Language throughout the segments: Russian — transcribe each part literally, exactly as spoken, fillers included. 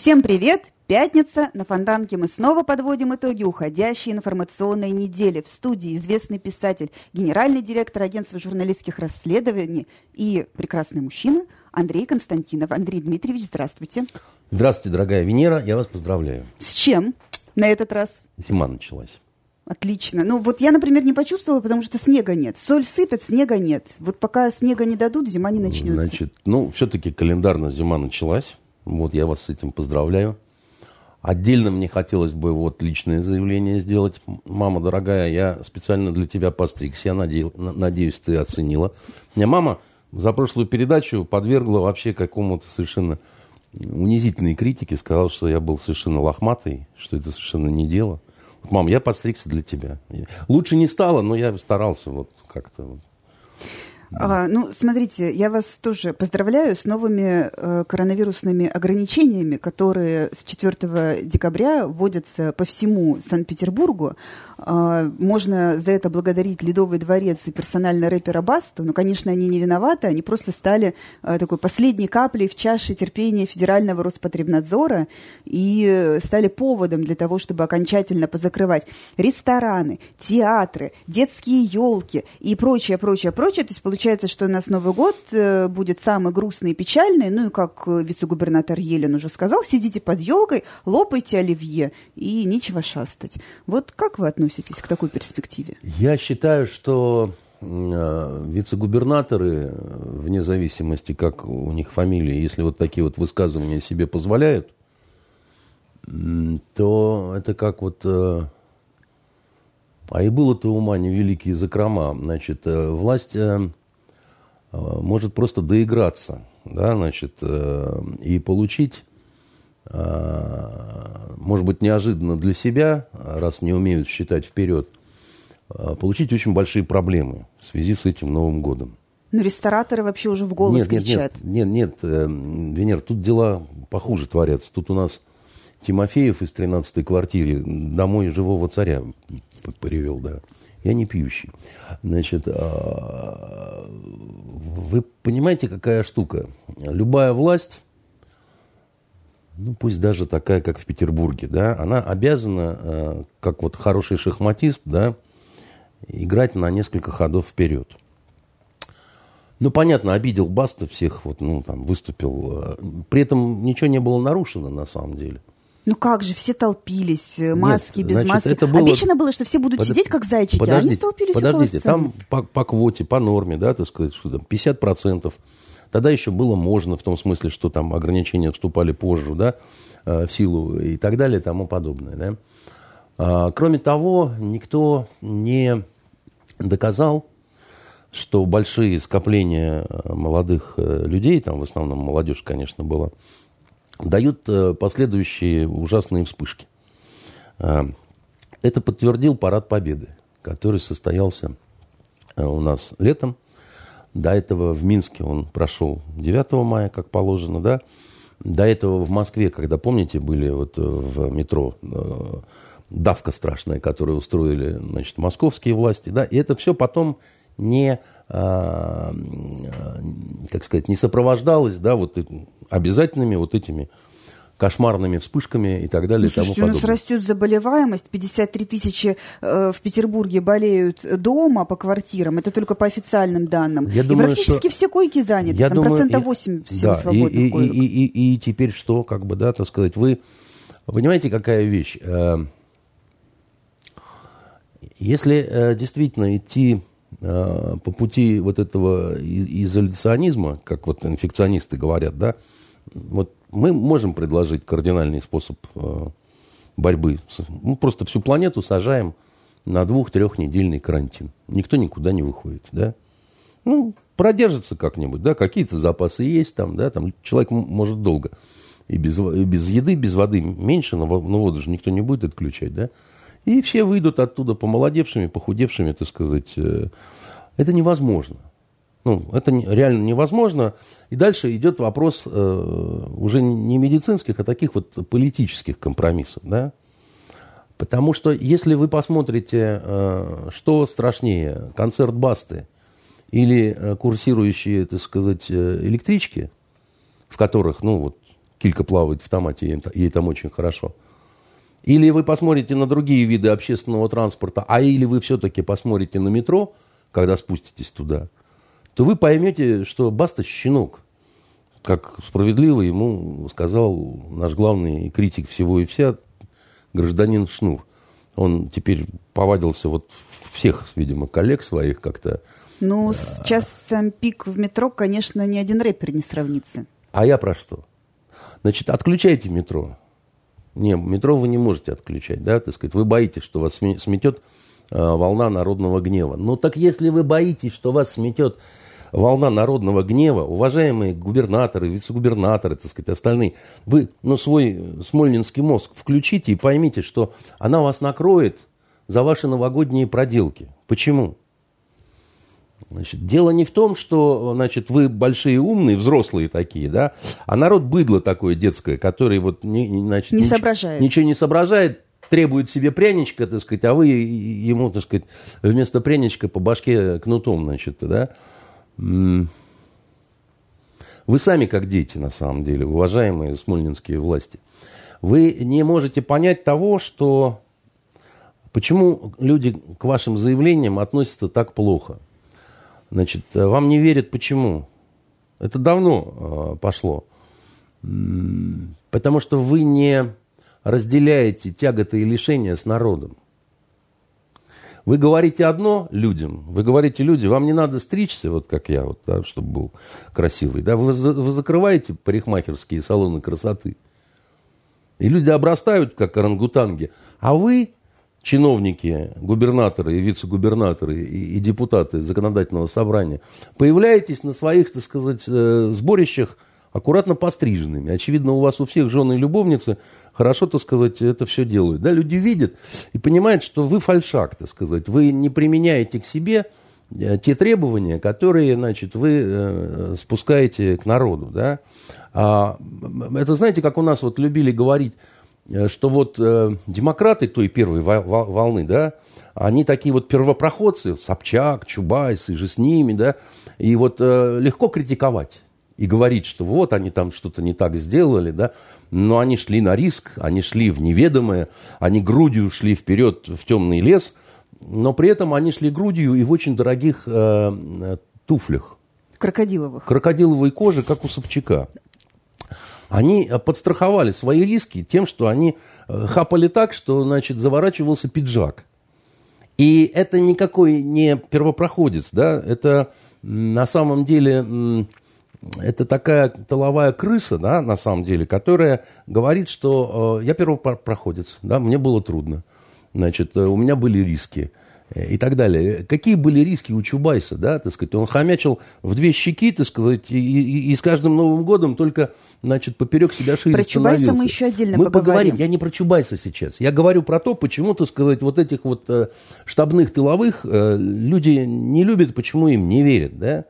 Всем привет! Пятница. На Фонтанке мы снова подводим итоги уходящей информационной недели. В студии известный писатель, генеральный директор агентства журналистских расследований и прекрасный мужчина Андрей Константинов. Андрей Дмитриевич, здравствуйте. Здравствуйте, дорогая Венера. Я вас поздравляю. С чем на этот раз? Зима началась. Отлично. Ну вот я, например, не почувствовала, потому что снега нет. Соль сыпет, снега нет. Вот пока снега не дадут, зима не начнется. Значит, ну, все-таки календарно зима началась. Вот я вас с этим поздравляю. Отдельно мне хотелось бы вот личное заявление сделать. Мама дорогая, я специально для тебя постригся. Я надеюсь, надеюсь, ты оценила. Меня мама за прошлую передачу подвергла вообще какому-то совершенно унизительной критике. Сказала, что я был совершенно лохматый, что это совершенно не дело. Вот, мам, я подстригся для тебя. Лучше не стало, но я старался вот как-то... А, ну, смотрите, я вас тоже поздравляю с новыми э, коронавирусными ограничениями, которые с четвёртого декабря вводятся по всему Санкт-Петербургу. А, можно за это благодарить Ледовый дворец и персонально рэпера Басту, но, конечно, они не виноваты, они просто стали а, такой последней каплей в чаше терпения Федерального Роспотребнадзора и стали поводом для того, чтобы окончательно позакрывать рестораны, театры, детские елки и прочее, прочее, прочее. То есть получается, что у нас Новый год будет самый грустный и печальный. Ну и как вице-губернатор Елен уже сказал, сидите под елкой, лопайте оливье и нечего шастать. Вот как вы относитесь к такой перспективе? Я считаю, что э, вице-губернаторы, вне зависимости, как у них фамилии, если вот такие вот высказывания себе позволяют, то это как вот... Э, а и было-то ума невеликие закрома. Значит, э, власть... Э, может просто доиграться, да, значит, э, и получить, э, может быть, неожиданно для себя, раз не умеют считать вперед, э, получить очень большие проблемы в связи с этим Новым годом. Но рестораторы вообще уже в голос нет, кричат. Нет, нет, нет, э, Венер, тут дела похуже творятся. Тут у нас Тимофеев из тринадцатой квартиры домой живого царя привел, да. Я не пьющий. Значит, вы понимаете, какая штука? Любая власть, ну пусть даже такая, как в Петербурге, да, она обязана, как вот хороший шахматист, да, играть на несколько ходов вперед. Ну, понятно, обидел Баста всех, вот, ну, там, выступил. При этом ничего не было нарушено, на самом деле. Ну как же, все толпились, маски, Нет, без значит, маски. Это было... Обещано было, что все будут Под... сидеть как зайчики, подождите, а они столпились подождите, около сцены. там по, по квоте, по норме, да, так сказать, что там пятьдесят процентов. Тогда еще было можно, в том смысле, что там ограничения вступали позже, да, в силу и так далее, и тому подобное, да. А, кроме того, никто не доказал, что большие скопления молодых людей, там в основном молодежь, конечно, была, дают последующие ужасные вспышки. Это подтвердил Парад Победы, который состоялся у нас летом. До этого в Минске он прошел девятого мая, как положено, да. До этого в Москве, когда, помните, были вот в метро давка страшная, которую устроили, значит, московские власти, да, и это все потом не, как сказать, не сопровождалось, да, вот обязательными вот этими кошмарными вспышками и так далее. Ну, слушайте, у нас растет заболеваемость, пятьдесят три тысячи э, в Петербурге болеют дома по квартирам, это только по официальным данным. Я и думаю, практически что... все койки заняты, Я там думаю, процентов и... восемь всего да, свободных и, и, коек. И, и, и, и теперь что, как бы, да, так сказать, вы понимаете, какая вещь? Если действительно идти по пути вот этого изоляционизма, как вот инфекционисты говорят, да, вот мы можем предложить кардинальный способ борьбы. Мы просто всю планету сажаем на двух-трехнедельный карантин. Никто никуда не выходит, да. Ну, продержится как-нибудь, да, какие-то запасы есть там, да, там человек может долго. И без, и без еды, без воды меньше, но, но воду же никто не будет отключать, да. И все выйдут оттуда помолодевшими, похудевшими, так сказать. Это невозможно. Ну, это реально невозможно. И дальше идет вопрос э, уже не медицинских, а таких вот политических компромиссов, да. Потому что если вы посмотрите, э, что страшнее, концерт Басты или э, курсирующие, так сказать, электрички, в которых, ну, вот, килька плавает в томате, ей, ей там очень хорошо. Или вы посмотрите на другие виды общественного транспорта, а или вы все-таки посмотрите на метро, когда спуститесь туда, то вы поймете, что Баста щенок. Как справедливо ему сказал наш главный критик всего и вся, гражданин Шнур. Он теперь повадился вот всех, видимо, коллег своих как-то. Ну, сейчас сам пик в метро, конечно, ни один рэпер не сравнится. А я про что? Значит, отключайте метро. Не, метро вы не можете отключать, да, так сказать. Вы боитесь, что вас сметет э, волна народного гнева. Ну, так если вы боитесь, что вас сметет волна народного гнева, уважаемые губернаторы, вице-губернаторы, так сказать, остальные, вы, ну, свой смольнинский мозг включите и поймите, что она вас накроет за ваши новогодние проделки. Почему? Значит, дело не в том, что, значит, вы большие умные, взрослые такие, да, а народ быдло такое детское, который вот не, значит, не нич- соображает. ничего не соображает, требует себе пряничка, так сказать, а вы ему, так сказать, вместо пряничка по башке кнутом, значит, да. Вы сами как дети, на самом деле, уважаемые смольнинские власти. Вы не можете понять того, что почему люди к вашим заявлениям относятся так плохо. Значит, вам не верят почему? Это давно э, пошло. Потому что вы не разделяете тяготы и лишения с народом. Вы говорите одно людям, вы говорите люди, вам не надо стричься, вот как я, вот, да, чтобы был красивый. Да? Вы, вы закрываете парикмахерские салоны красоты. И люди обрастают, как орангутанги. А вы, чиновники, губернаторы и вице-губернаторы и, и депутаты законодательного собрания, появляетесь на своих, так сказать, сборищах аккуратно постриженными. Очевидно, у вас у всех жены и любовницы хорошо, так сказать, это все делают. Да, люди видят и понимают, что вы фальшак, так сказать. Вы не применяете к себе те требования, которые, значит, вы э, спускаете к народу. Да? А, это, знаете, как у нас вот любили говорить, что вот э, демократы той первой волны, да, они такие вот первопроходцы, Собчак, Чубайс, и же с ними, да, и вот э, легко критиковать. И говорить, что вот они там что-то не так сделали, да, но они шли на риск, они шли в неведомое, они грудью шли вперед в темный лес, но при этом они шли грудью и в очень дорогих э, туфлях. Крокодиловых. Крокодиловой кожи, как у Собчака. Они подстраховали свои риски тем, что они хапали так, что, значит, заворачивался пиджак. И это никакой не первопроходец, да, это на самом деле... Это такая тыловая крыса, да, на самом деле, которая говорит, что э, я первопроходец, да, мне было трудно, значит, э, у меня были риски э, и так далее. Какие были риски у Чубайса, да, так сказать, он хомячил в две щеки, так сказать, и, и, и с каждым Новым годом только, значит, поперек себя шире становился. Про Чубайса мы еще отдельно мы поговорим. поговорим. Я не про Чубайса сейчас, я говорю про то, почему, так сказать, вот этих вот э, штабных тыловых э, люди не любят, почему им не верят, да.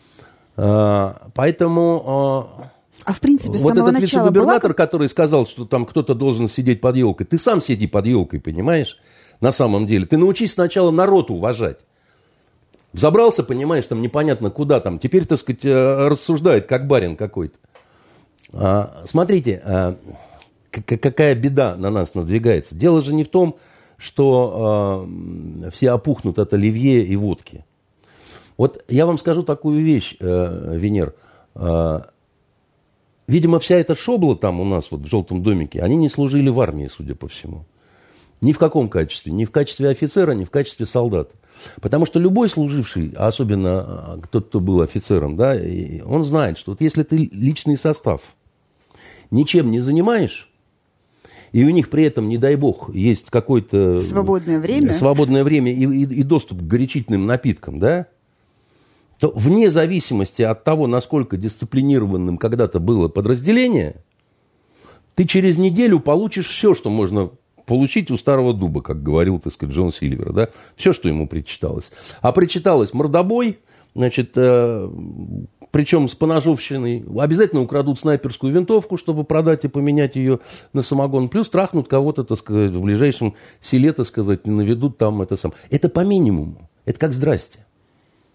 Поэтому а в принципе, вот этот вице-губернатор, была... который сказал, что там кто-то должен сидеть под елкой, ты сам сиди под елкой, понимаешь, на самом деле. Ты научись сначала народ уважать. Взобрался, понимаешь, там непонятно куда там. Теперь, так сказать, рассуждает, как барин какой-то. Смотрите, какая беда на нас надвигается. Дело же не в том, что все опухнут от оливье и водки. Вот я вам скажу такую вещь, э, Венер. Э, видимо, вся эта шобла там у нас вот в «Желтом домике», они не служили в армии, судя по всему. Ни в каком качестве. Ни в качестве офицера, ни в качестве солдата. Потому что любой служивший, а особенно тот, кто был офицером, да, он знает, что вот если ты личный состав ничем не занимаешь, и у них при этом, не дай бог, есть какое-то... Свободное время. Свободное время и, и, и доступ к горячительным напиткам, да, то вне зависимости от того, насколько дисциплинированным когда-то было подразделение, ты через неделю получишь все, что можно получить у старого дуба, как говорил, так сказать, Джон Сильвер, да, все, что ему причиталось. А причиталось мордобой, значит, э, причем с поножовщиной, обязательно украдут снайперскую винтовку, чтобы продать и поменять ее на самогон, плюс трахнут кого-то, так сказать, в ближайшем селе, так сказать, наведут там это сам. Это по минимуму, это как здрасте.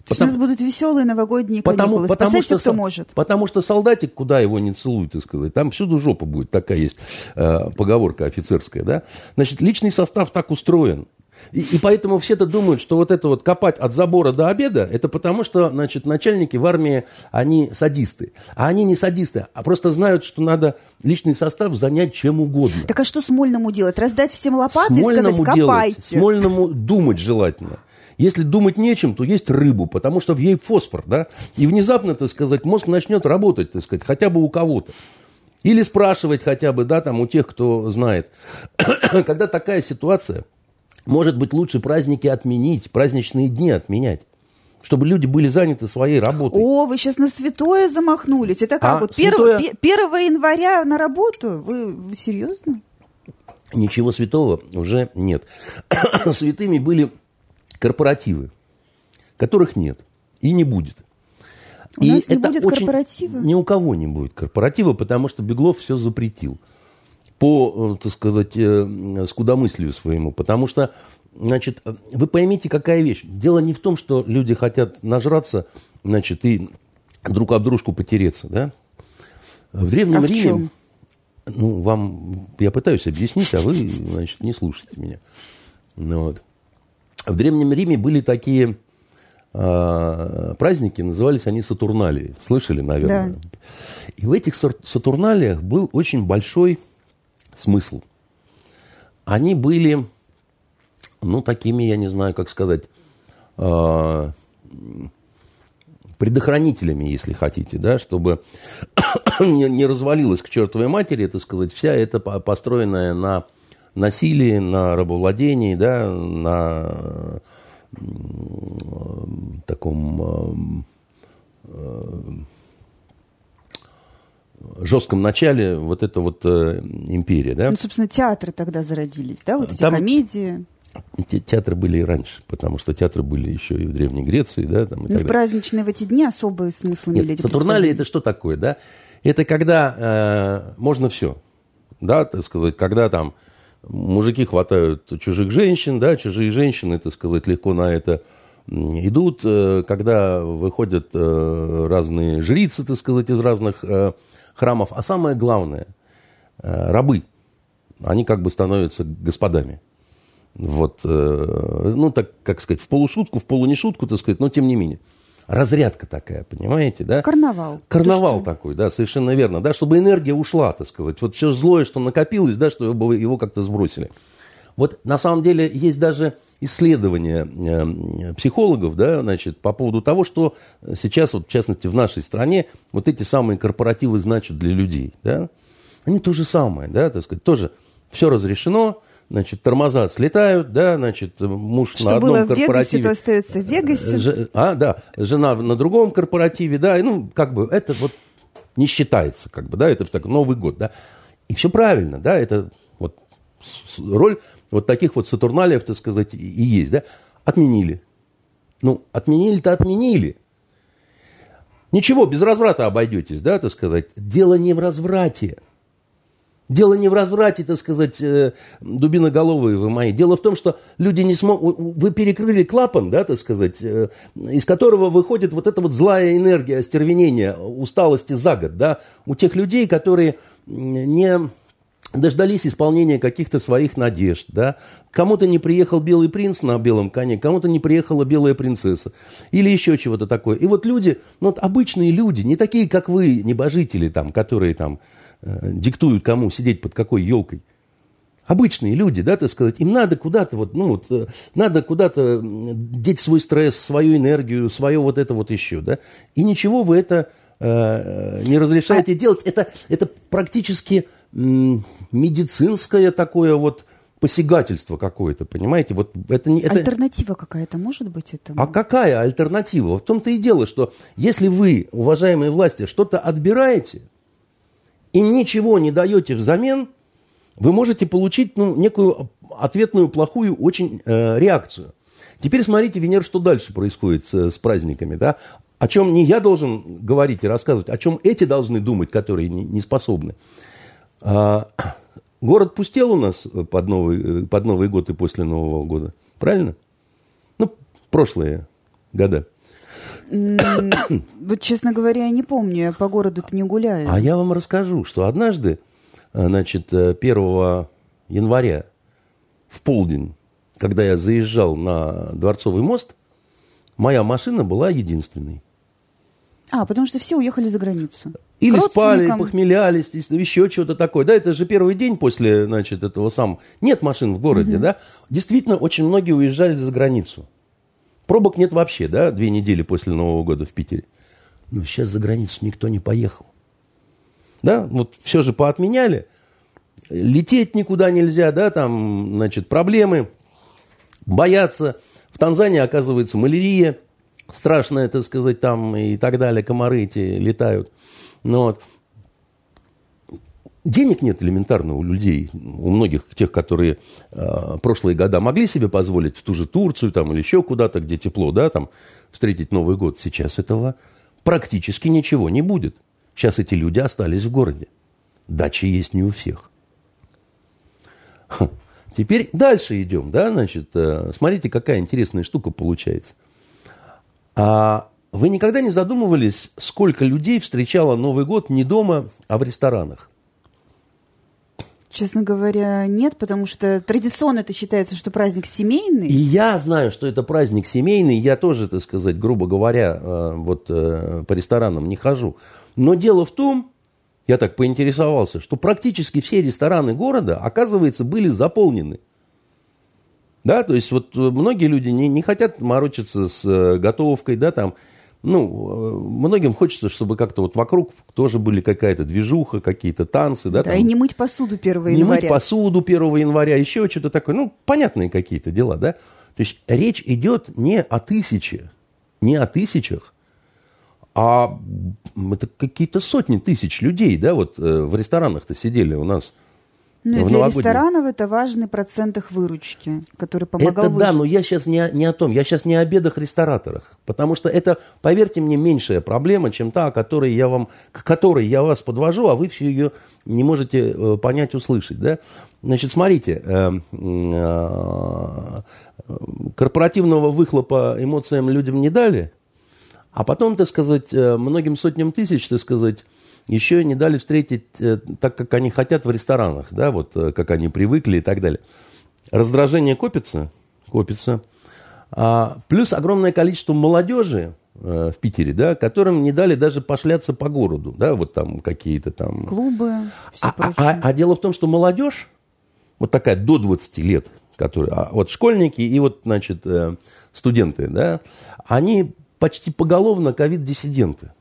Потому, у нас будут веселые новогодние потому, каникулы. Потому Спасайся, что, кто может. Потому что солдатик, куда его не целуют, так сказать, там всюду жопа будет. Такая есть э, поговорка офицерская. Да? Значит, личный состав так устроен. И, и поэтому все-то думают, что вот это вот копать от забора до обеда, это потому что, значит, начальники в армии, они садисты. А они не садисты, а просто знают, что надо личный состав занять чем угодно. Так а что Смольному делать? Раздать всем лопаты Смольному и сказать, копайте? Делать, Смольному думать желательно. Если думать нечем, то есть рыбу, потому что в ей фосфор, да, и внезапно, так сказать, мозг начнет работать, так сказать, хотя бы у кого-то. Или спрашивать хотя бы, да, там, у тех, кто знает. Когда такая ситуация, может быть, лучше праздники отменить, праздничные дни отменять, чтобы люди были заняты своей работой. О, вы сейчас на святое замахнулись. Это как? А, вот святое... первого января на работу? Вы, вы серьезно? Ничего святого уже нет. Святыми были корпоративы, которых нет и не будет. У и нас не это будет очень... корпоратива? Ни у кого не будет корпоратива, потому что Беглов все запретил. По, так сказать, скудомыслию своему. Потому что, значит, вы поймите, какая вещь. Дело не в том, что люди хотят нажраться, значит, и друг об дружку потереться, да? В Древнем а в Риме... чем? Ну, вам... Я пытаюсь объяснить, а вы, значит, не слушаете меня. Ну, вот. В Древнем Риме были такие э, праздники, назывались они Сатурналии. Слышали, наверное? Да. И в этих Сатурналиях был очень большой смысл. Они были, ну, такими, я не знаю, как сказать, э, предохранителями, если хотите, да, чтобы не, не развалилась к чертовой матери, так сказать, вся эта построенная на насилии, на рабовладении, да, на э, таком э, жестком начале вот эта вот э, империя, да. Ну, собственно, театры тогда зародились, да, вот эти там комедии. Театры были и раньше, потому что театры были еще и в Древней Греции, да. Там, и ну, так в праздничные в эти дни особые смыслы Нет, имели эти Сатурналия это что такое, да? Это когда э, можно все, да, так сказать, когда там мужики хватают чужих женщин, да, чужие женщины, так сказать, легко на это идут, когда выходят разные жрицы, так сказать, из разных храмов. А самое главное, рабы, они как бы становятся господами. Вот, ну, так, как сказать, в полушутку, в полунешутку, так сказать, но тем не менее. Разрядка такая, понимаете, да? Карнавал. Карнавал такой, да, совершенно верно, да, чтобы энергия ушла, так сказать. Вот все злое, что накопилось, да, чтобы его как-то сбросили. Вот на самом деле есть даже исследования э, психологов, да, значит, по поводу того, что сейчас, вот, в частности, в нашей стране вот эти самые корпоративы значат для людей, да. Они то же самое, да, так сказать, тоже все разрешено. Значит, тормоза слетают, да, значит, муж что на одном было в корпоративе. Вегасе, то остается в Вегасе. Ж, а, да, жена на другом корпоративе, да, и, ну, как бы, это вот не считается, как бы, да, это так, Новый год, да. И все правильно, да, это вот роль вот таких вот Сатурналиев, так сказать, и есть, да. Отменили. Ну, отменили-то отменили. Ничего, без разврата обойдетесь, да, так сказать. Дело не в разврате. Дело не в разврате, так сказать, дубиноголовые вы мои. Дело в том, что люди не смогут... Вы перекрыли клапан, да, так сказать, из которого выходит вот эта вот злая энергия остервенения, усталости за год, да, у тех людей, которые не дождались исполнения каких-то своих надежд, да. Кому-то не приехал белый принц на белом коне, кому-то не приехала белая принцесса. Или еще чего-то такое. И вот люди, ну вот обычные люди, не такие, как вы, небожители там, которые там диктуют кому сидеть под какой елкой. Обычные люди, да, так сказать, им надо куда-то вот, ну вот, надо куда-то деть свой стресс, свою энергию, свое вот это вот еще, да. И ничего вы это э, не разрешаете а... делать. Это, это практически м, медицинское такое вот посягательство какое-то, понимаете? Вот это, это... Альтернатива какая-то может быть этому? А какая альтернатива? В том-то и дело, что если вы, уважаемые власти, что-то отбираете, и ничего не даете взамен, вы можете получить, ну, некую ответную плохую очень э, реакцию. Теперь смотрите, Венера, что дальше происходит с, с праздниками, да? О чем не я должен говорить и рассказывать, о чем эти должны думать, которые не, не способны. А, город пустел у нас под Новый, под Новый год и после Нового года, правильно? Ну, прошлые года. Вот, честно говоря, я не помню, я по городу-то не гуляю. А я вам расскажу, что однажды, значит, первого января в полдень, когда я заезжал на Дворцовый мост, моя машина была единственной. А, потому что все уехали за границу. Или спали, похмелялись, еще что-то такое. Да, это же первый день после, значит, этого самого. Нет машин в городе, угу. да. Действительно, очень многие уезжали за границу. Пробок нет вообще, да, две недели после Нового года в Питере. Но сейчас за границу никто не поехал. Да, вот все же поотменяли. Лететь никуда нельзя, да, там, значит, проблемы. Боятся. В Танзании, оказывается, малярия. Страшная, так сказать, там и так далее. Комары эти летают. Ну, вот. Денег нет элементарно у людей, у многих тех, которые э, прошлые года могли себе позволить в ту же Турцию там, или еще куда-то, где тепло, да, там, встретить Новый год. Сейчас этого практически ничего не будет. Сейчас эти люди остались в городе. Дачи есть не у всех. Теперь дальше идем, да, значит, э, смотрите, какая интересная штука получается. А вы никогда не задумывались, сколько людей встречало Новый год не дома, а в ресторанах? Честно говоря, нет, потому что традиционно это считается, что праздник семейный. И я знаю, что это праздник семейный. Я тоже, так сказать, грубо говоря, вот по ресторанам не хожу. Но дело в том, я так поинтересовался, что практически все рестораны города, оказывается, были заполнены. Да, то есть вот многие люди не, не хотят морочиться с готовкой, да, там. Ну, многим хочется, чтобы как-то вот вокруг тоже были какая-то движуха, какие-то танцы. Да, да там, и не мыть посуду первого не января. Не мыть посуду первого января, еще что-то такое. Ну, понятные какие-то дела, да. То есть речь идет не о тысяче, не о тысячах, а это какие-то сотни тысяч людей, да, вот в ресторанах-то сидели у нас. Ну, и для новогодний... ресторанов это важный процент их выручки, который помогал Это выжить. Да, но я сейчас не, не о том. Я сейчас не о бедах-рестораторах. Потому что это, поверьте мне, меньшая проблема, чем та, о которой я вам, к которой я вас подвожу, а вы все ее не можете э, понять, услышать. Да? Значит, смотрите. Э, э, корпоративного выхлопа эмоциям людям не дали, а потом, так сказать, многим сотням тысяч, так сказать, еще не дали встретить так, как они хотят в ресторанах, да, вот как они привыкли и так далее. Раздражение копится, копится. А, плюс огромное количество молодежи э, в Питере, да, которым не дали даже пошляться по городу, да, вот там какие-то там... Клубы, все а, прочее. А, а дело в том, что молодежь, вот такая до двадцати лет, которые, а, вот школьники и вот, значит, э, студенты, да, они почти поголовно ковид-диссиденты.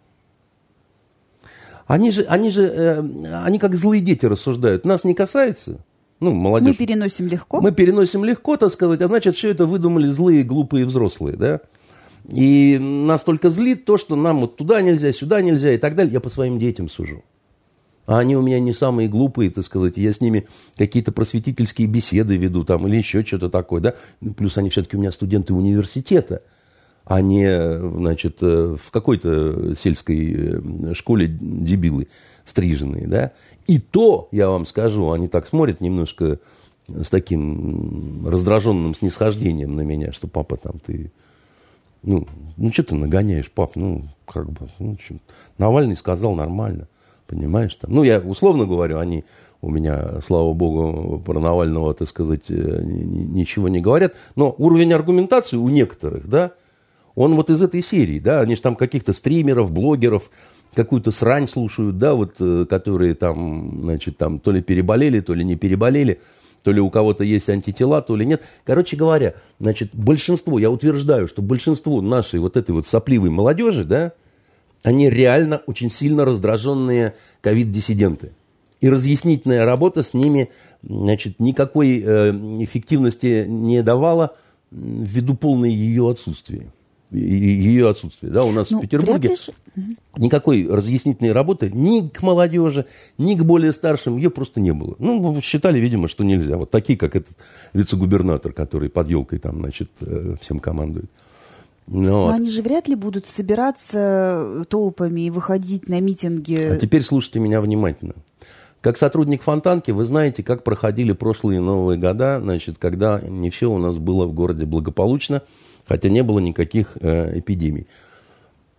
Они же, они же, э, они как злые дети рассуждают. Нас не касается, ну, молодежь. Мы переносим легко. Мы переносим легко, так сказать, а значит, все это выдумали злые, глупые взрослые, да. И нас только злит то, что нам вот туда нельзя, сюда нельзя и так далее. Я по своим детям сужу. А они у меня не самые глупые, так сказать. Я с ними какие-то просветительские беседы веду там или еще что-то такое, да. Плюс они все-таки у меня студенты университета, а не, значит, в какой-то сельской школе дебилы стриженные, да. И то, я вам скажу, они так смотрят немножко с таким раздраженным снисхождением на меня, что папа там ты, ну, ну что ты нагоняешь, пап, ну, как бы, ну, что, Навальный сказал нормально, понимаешь, там. Ну, я условно говорю, они у меня, слава богу, про Навального, так сказать, ничего не говорят, но уровень аргументации у некоторых, да, он вот из этой серии, да, они же там каких-то стримеров, блогеров, какую-то срань слушают, да, вот, которые там, значит, там то ли переболели, то ли не переболели, то ли у кого-то есть антитела, то ли нет. Короче говоря, значит, большинство, я утверждаю, что большинство нашей вот этой вот сопливой молодежи, да, они реально очень сильно раздраженные ковид-диссиденты. И разъяснительная работа с ними, значит, никакой э, эффективности не давала ввиду полной ее отсутствия. Ее отсутствие. Да, у нас ну, в Петербурге никакой разъяснительной работы ни к молодежи, ни к более старшим ее просто не было. Ну, считали, видимо, что нельзя. Вот такие, как этот вице-губернатор, который под елкой там, значит, всем командует. Но, Но вот. Они же вряд ли будут собираться толпами и выходить на митинги. А теперь слушайте меня внимательно. Как сотрудник Фонтанки, вы знаете, как проходили прошлые Новые года, значит, когда не все у нас было в городе благополучно, хотя не было никаких э, эпидемий.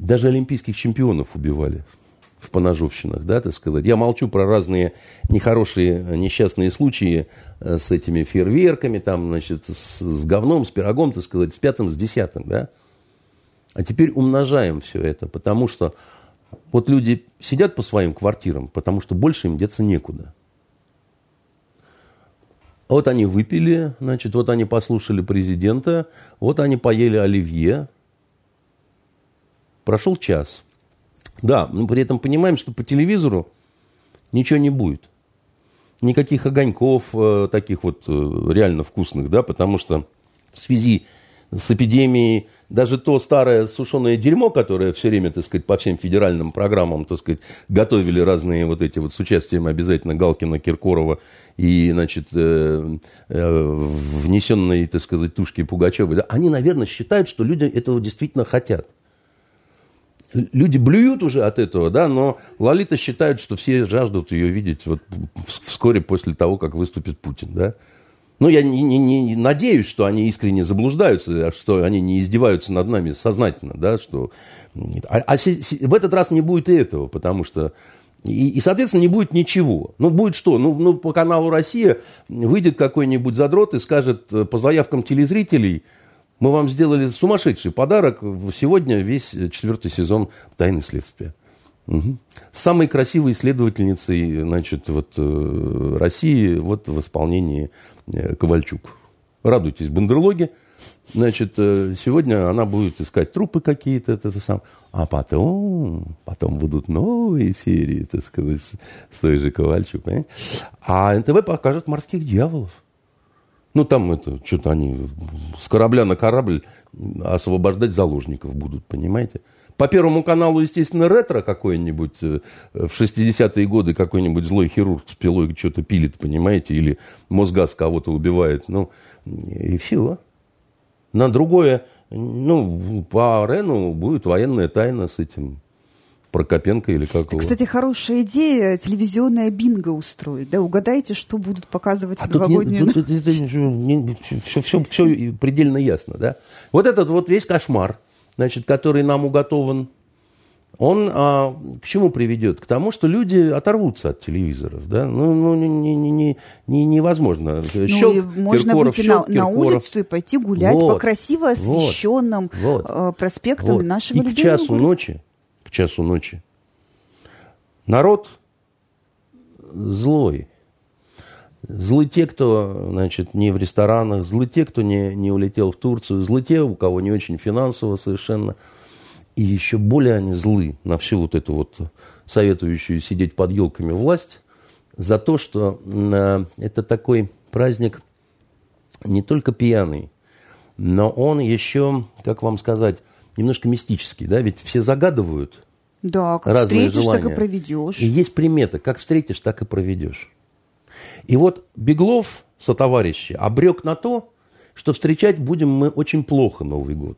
Даже олимпийских чемпионов убивали в поножовщинах, да, так сказать. Я молчу про разные нехорошие, несчастные случаи с этими фейерверками, там, значит, с, с говном, с пирогом, так сказать, с пятым, с десятым, да. А теперь умножаем все это, потому что вот люди сидят по своим квартирам, потому что больше им деться некуда. Вот они выпили, значит, вот они послушали президента, вот они поели оливье. Прошел час. Да, но при этом понимаем, что по телевизору ничего не будет. Никаких огоньков э, таких вот э, реально вкусных, да, потому что в связи с эпидемией даже то старое сушеное дерьмо, которое все время, так сказать, по всем федеральным программам, так сказать, готовили разные вот эти вот с участием обязательно Галкина, Киркорова и, значит, э, э, внесенные, так сказать, тушки Пугачевой, да, они, наверное, считают, что люди этого действительно хотят. Люди блюют уже от этого, да, но Лолита считает, что все жаждут ее видеть вот вскоре после того, как выступит Путин, да. Ну, я не, не, не надеюсь, что они искренне заблуждаются, что они не издеваются над нами сознательно, да, что... А, а си, си, в этот раз не будет и этого, потому что... И, и, соответственно, не будет ничего. Ну, будет что? Ну, ну, по каналу «Россия» выйдет какой-нибудь задрот и скажет по заявкам телезрителей: мы вам сделали сумасшедший подарок. Сегодня весь четвертый сезон «Тайны следствия». Угу. Самой красивой исследовательницей, значит, вот, России вот, в исполнении Ковальчук. Радуйтесь, бандерлоги. Значит, сегодня она будет искать трупы какие-то, это, это сам. А потом, потом будут новые серии, так сказать, с той же Ковальчук. Понимаете? А эн тэ вэ покажет «Морских дьяволов». Ну, там это, что-то они с корабля на корабль освобождать заложников будут, понимаете? По Первому каналу, естественно, ретро какой-нибудь, в шестидесятые годы какой-нибудь злой хирург с пилой что-то пилит, понимаете, или Мосгаз кого-то убивает, ну, и все. На другое, ну, по Рену будет военная тайна с этим Прокопенко или как его. Кстати, хорошая идея телевизионное бинго устроить, да, угадайте, что будут показывать а в новогоднюю ночь. Тут не, тут, это, не, все, все, все предельно ясно, да. Вот этот вот весь кошмар, значит, который нам уготован, он а, к чему приведет? К тому, что люди оторвутся от телевизоров, да. Ну, ну не, не, не, не, невозможно. Ну, щелк, и можно Киркоров, выйти щелк, на, на улицу и пойти гулять вот, по красиво освещенным вот, вот, проспектам вот. нашего и любимого к часу города. ночи, к часу ночи народ злой. Злы те, кто, значит, не в ресторанах, злы те, кто не, не улетел в Турцию, злы те, у кого не очень финансово совершенно. И еще более они злы на всю вот эту вот советующую сидеть под елками власть за то, что э, это такой праздник не только пьяный, но он еще, как вам сказать, немножко мистический, да, ведь все загадывают да, как разные встретишь, желания. так и проведешь. И есть примета, как встретишь, так и проведешь. И вот Беглов сотоварищи обрек на то, что встречать будем мы очень плохо Новый год.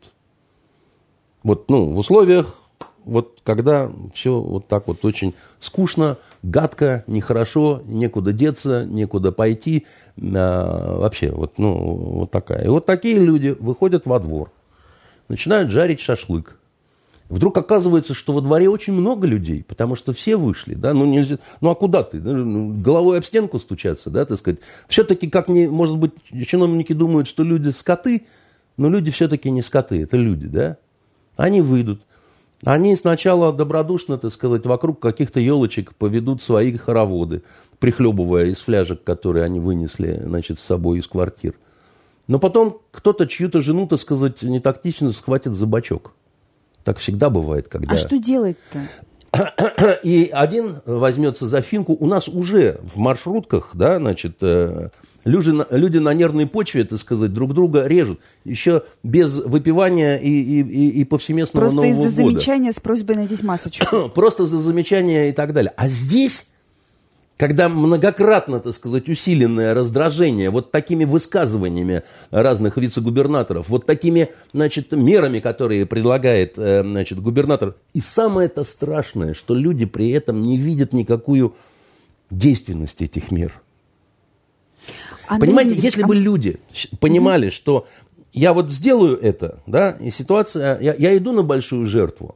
Вот, ну, в условиях, вот, когда все вот так вот очень скучно, гадко, нехорошо, некуда деться, некуда пойти, а, вообще, вот, ну, вот такая. И вот такие люди выходят во двор, начинают жарить шашлык. Вдруг оказывается, что во дворе очень много людей, потому что все вышли, да, ну, нельзя, ну, а куда ты, головой об стенку стучаться, да, так сказать. Все-таки, как не, может быть, чиновники думают, что люди скоты, но люди все-таки не скоты, это люди, да. Они выйдут, они сначала добродушно, так сказать, вокруг каких-то елочек поведут свои хороводы, прихлебывая из фляжек, которые они вынесли, значит, с собой из квартир. Но потом кто-то чью-то жену, так сказать, нетактично схватит за бочок. Так всегда бывает, когда... А что делать-то? И один возьмется за финку. У нас уже в маршрутках, да, значит, люди на, люди на нервной почве, так сказать, друг друга режут. Еще без выпивания и, и, и, и повсеместного Просто Нового года. Просто из-за замечания с просьбой надеть масочку. Просто за замечания и так далее. А здесь... Когда многократно, так сказать, усиленное раздражение вот такими высказываниями разных вице-губернаторов, вот такими, значит, мерами, которые предлагает, значит, губернатор. И самое-то страшное, что люди при этом не видят никакую действенность этих мер. Андрей Понимаете, Ильич, если а... бы люди понимали, mm-hmm. что я вот сделаю это, да, и ситуация, я, я иду на большую жертву,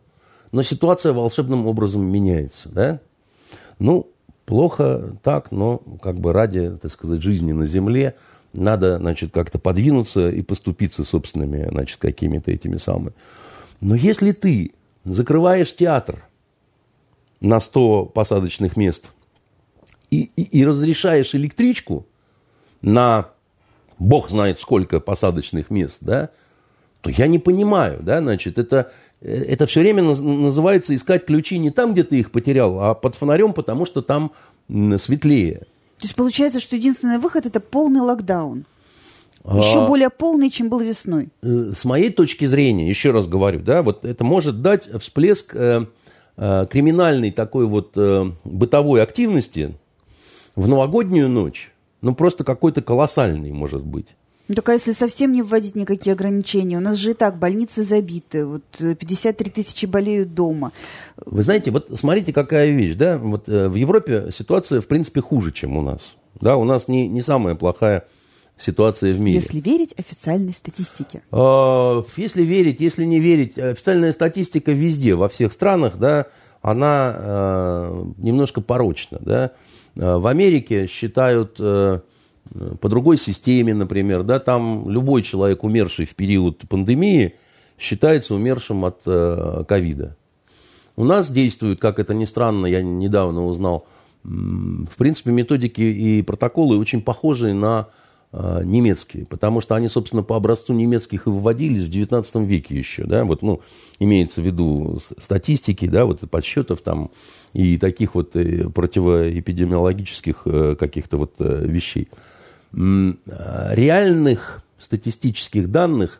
но ситуация волшебным образом меняется, да? Ну, плохо так, но как бы ради, так сказать, жизни на земле надо, значит, как-то подвинуться и поступиться собственными, значит, какими-то этими самыми. Но если ты закрываешь театр на сто посадочных мест и, и, и разрешаешь электричку на бог знает сколько посадочных мест, да, то я не понимаю, да, значит, это, это все время называется искать ключи не там, где ты их потерял, а под фонарем, потому что там светлее. То есть получается, что единственный выход – это полный локдаун. Еще а, более полный, чем был весной. С моей точки зрения, еще раз говорю, да, вот это может дать всплеск э, э, криминальной такой вот э, бытовой активности в новогоднюю ночь. Ну, просто какой-то колоссальный, может быть. Ну, так а если совсем не вводить никакие ограничения? У нас же и так больницы забиты. Вот пятьдесят три тысячи болеют дома. Вы знаете, вот смотрите, какая вещь, да? Вот э, в Европе ситуация, в принципе, хуже, чем у нас. Да, у нас не, не самая плохая ситуация в мире. Если верить официальной статистике. Э, если верить, если не верить, официальная статистика везде, во всех странах, да, она э, немножко порочна, да. В Америке считают э, по другой системе, например, да, там любой человек, умерший в период пандемии, считается умершим от ковида. У нас действуют, как это ни странно, я недавно узнал, в принципе, методики и протоколы очень похожие на э, немецкие, потому что они, собственно, по образцу немецких и вводились в девятнадцатом веке еще, да, вот, ну, имеется в виду статистики, да, вот подсчетов там и таких вот противоэпидемиологических э, каких-то вот э, вещей. М- реальных статистических данных,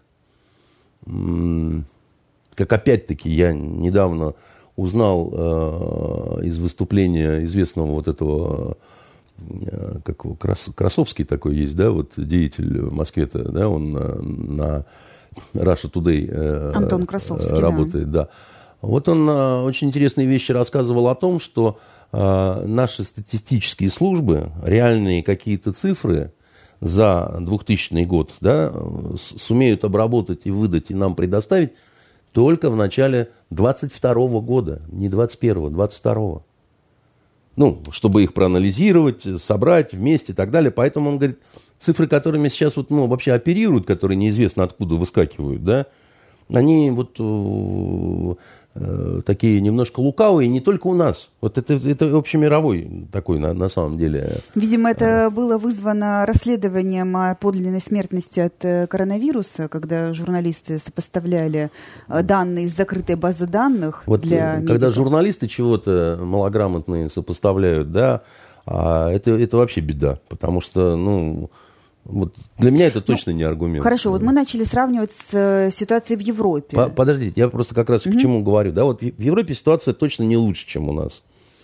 м- как опять-таки я недавно узнал э, из выступления известного вот этого, э, как его, Крас, Красовский такой есть, да, вот деятель в Москве-то, да, он на, на Russia Today э, Антон Красовский, работает, да. да. Вот он э, очень интересные вещи рассказывал о том, что э, наши статистические службы, реальные какие-то цифры за двухтысячный год, да, с, сумеют обработать и выдать, и нам предоставить только в начале двадцать второго года, не двадцать первого, двадцать второго. Ну, чтобы их проанализировать, собрать вместе и так далее. Поэтому он говорит, цифры, которыми сейчас вот, ну, вообще оперируют, которые неизвестно откуда выскакивают, да, они вот э, э, такие немножко лукавые, не только у нас. Вот это, это общемировой такой на, на самом деле. Видимо, это было вызвано расследованием о подлинной смертности от коронавируса, когда журналисты сопоставляли данные из закрытой базы данных вот для медиков. Когда журналисты чего-то малограмотные сопоставляют, да, это, это вообще беда, потому что, ну... Вот для меня это точно ну, не аргумент. Хорошо, вот мы начали сравнивать с э, ситуацией в Европе. Подождите, я просто как раз угу. к чему говорю. Да, вот в Европе ситуация точно не лучше, чем у нас.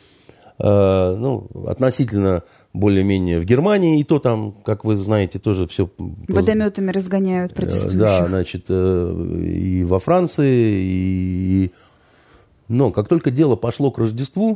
Э, ну, относительно более-менее в Германии, и то там, как вы знаете, тоже все... Водометами разгоняют протестующих. Да, значит, э, и во Франции, и... Но как только дело пошло к Рождеству,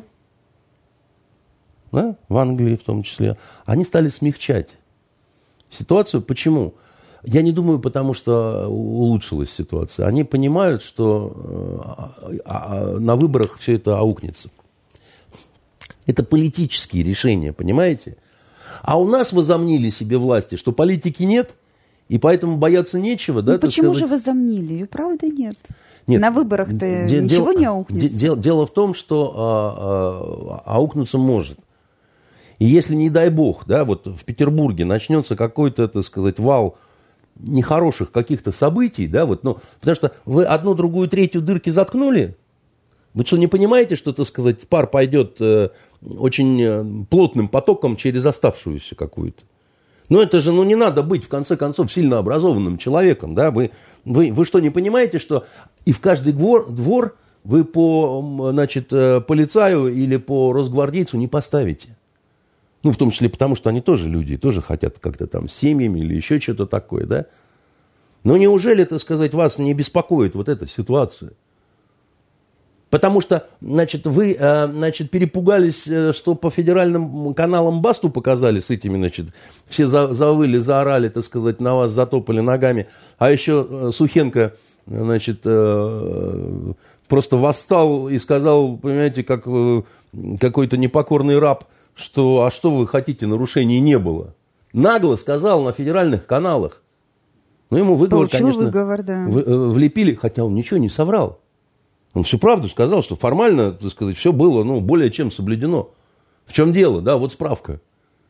да, в Англии в том числе, они стали смягчать ситуацию. Почему? Я не думаю, потому что улучшилась ситуация. Они понимают, что на выборах все это аукнется. Это политические решения, понимаете? А у нас возомнили себе власти, что политики нет, и поэтому бояться нечего. Ну, да, почему сказать... же возомнили? Ее правда нет. Нет, на выборах-то де- ничего дело, не аукнется. Дело, дело в том, что а, а, аукнуться может. И если, не дай бог, да, вот в Петербурге начнется какой-то, так сказать, вал нехороших каких-то событий, да, вот, ну, потому что вы одну, другую, третью дырки заткнули, вы что, не понимаете, что, так сказать, пар пойдет э, очень плотным потоком через оставшуюся какую-то? Ну, это же, ну, не надо быть, в конце концов, сильно образованным человеком, да, вы, вы, вы что, не понимаете, что и в каждый двор, двор вы по, значит, полицаю или по росгвардейцу не поставите? Ну, в том числе потому, что они тоже люди, тоже хотят как-то там с семьями или еще что-то такое, да? Но неужели, так сказать, вас не беспокоит вот эта ситуация? Потому что, значит, вы, значит, перепугались, что по федеральным каналам басту показали с этими, значит, все завыли, заорали, так сказать, на вас затопали ногами. А еще Сухенко, значит, просто восстал и сказал, понимаете, как какой-то непокорный раб, что а что вы хотите, нарушений не было. Нагло сказал на федеральных каналах. Ну, ему выговор, Получил конечно, выговор, да. влепили, хотя он ничего не соврал. Он всю правду сказал, что формально, так сказать, все было, ну, более чем соблюдено. В чем дело, да, вот справка.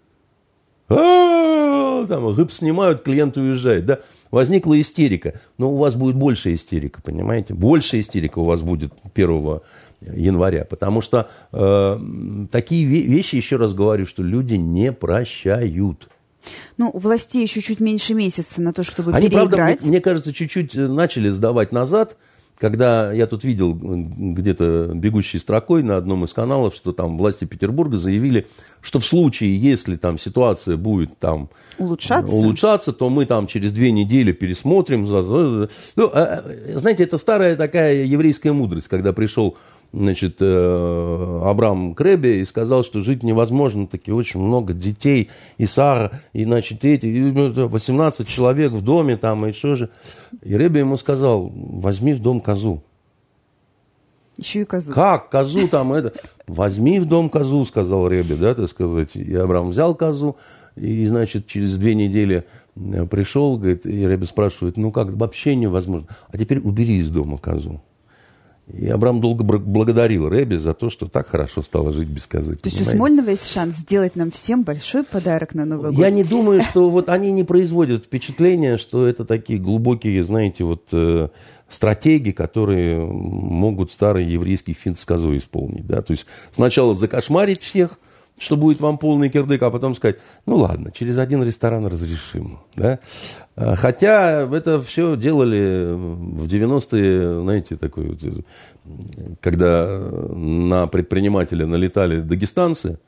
А-а-а, там гып снимают, клиент уезжает, да. Возникла истерика. Но у вас будет больше истерика, понимаете? Больше истерика у вас будет первого января. Потому что э, такие вещи, еще раз говорю, что люди не прощают. Ну, у властей еще чуть меньше месяца на то, чтобы Они, переиграть. правда, мне, мне кажется, чуть-чуть начали сдавать назад, когда я тут видел где-то бегущей строкой на одном из каналов, что там власти Петербурга заявили, что в случае, если там ситуация будет там улучшаться, улучшаться, то мы там через две недели пересмотрим. Ну, знаете, это старая такая еврейская мудрость, когда пришел, значит, Абрам к Ребе и сказал, что жить невозможно, таки очень много детей, и Сара, и, значит, эти, восемнадцать человек в доме там, и что же. И Ребе ему сказал, возьми в дом козу. Еще и козу. Как? Козу там это? Возьми в дом козу, сказал Ребе, да, так сказать. И Абрам взял козу, и, значит, через две недели пришел, говорит, и Ребе спрашивает, ну как, вообще невозможно. А теперь убери из дома козу. И Абрам долго благодарил Ребе за то, что так хорошо стало жить без козы. То есть у Смольного есть шанс сделать нам всем большой подарок на Новый год. Я не думаю, что вот они не производят впечатления, что это такие глубокие, знаете, вот э, стратегии, которые могут старый еврейский финт с козой исполнить. Да? То есть сначала закошмарить всех, что будет вам полный кирдык, а потом сказать, ну ладно, через один ресторан разрешим. Да? Хотя это все делали в девяностые, знаете, такой вот, когда на предпринимателя налетали дагестанцы,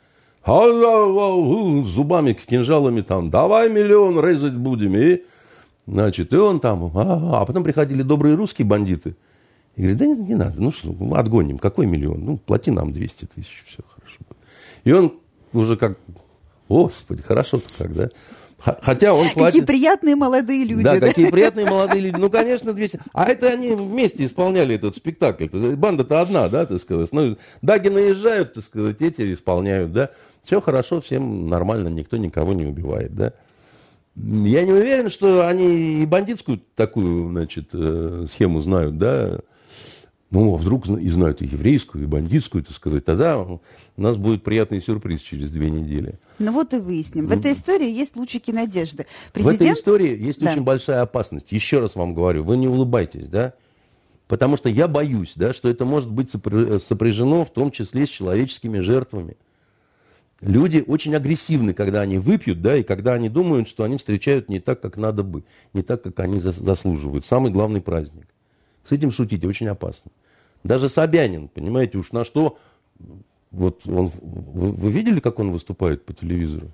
зубами, кинжалами там, давай миллион резать будем. И, значит, и он там, а, а потом приходили добрые русские бандиты. И говорят, да нет, не надо, ну что, отгоним, какой миллион? Ну, плати нам двести тысяч, все хорошо. И он уже как, господи, хорошо-то как, да? Хотя он платит... Какие приятные молодые люди. Да, да, какие приятные молодые люди. Ну, конечно, двести. А это они вместе исполняли этот спектакль. Банда-то одна, да, так сказать. Ну, даги наезжают, так сказать, эти исполняют, да. Все хорошо, всем нормально, никто никого не убивает, да. Я не уверен, что они и бандитскую такую, значит, схему знают, да. Ну, а вдруг и знают и еврейскую, и бандитскую, так сказать, тогда у нас будет приятный сюрприз через две недели. Ну вот и выясним. В этой истории есть лучики надежды. Президент... В этой истории есть да. очень большая опасность. Еще раз вам говорю, вы не улыбайтесь, да? Потому что я боюсь, да, что это может быть сопряжено в том числе с человеческими жертвами. Люди очень агрессивны, когда они выпьют, да, и когда они думают, что они встречают не так, как надо бы, не так, как они заслуживают. Самый главный праздник. С этим шутить очень опасно. Даже Собянин, понимаете, уж на что... Вот он, вы, вы видели, как он выступает по телевизору?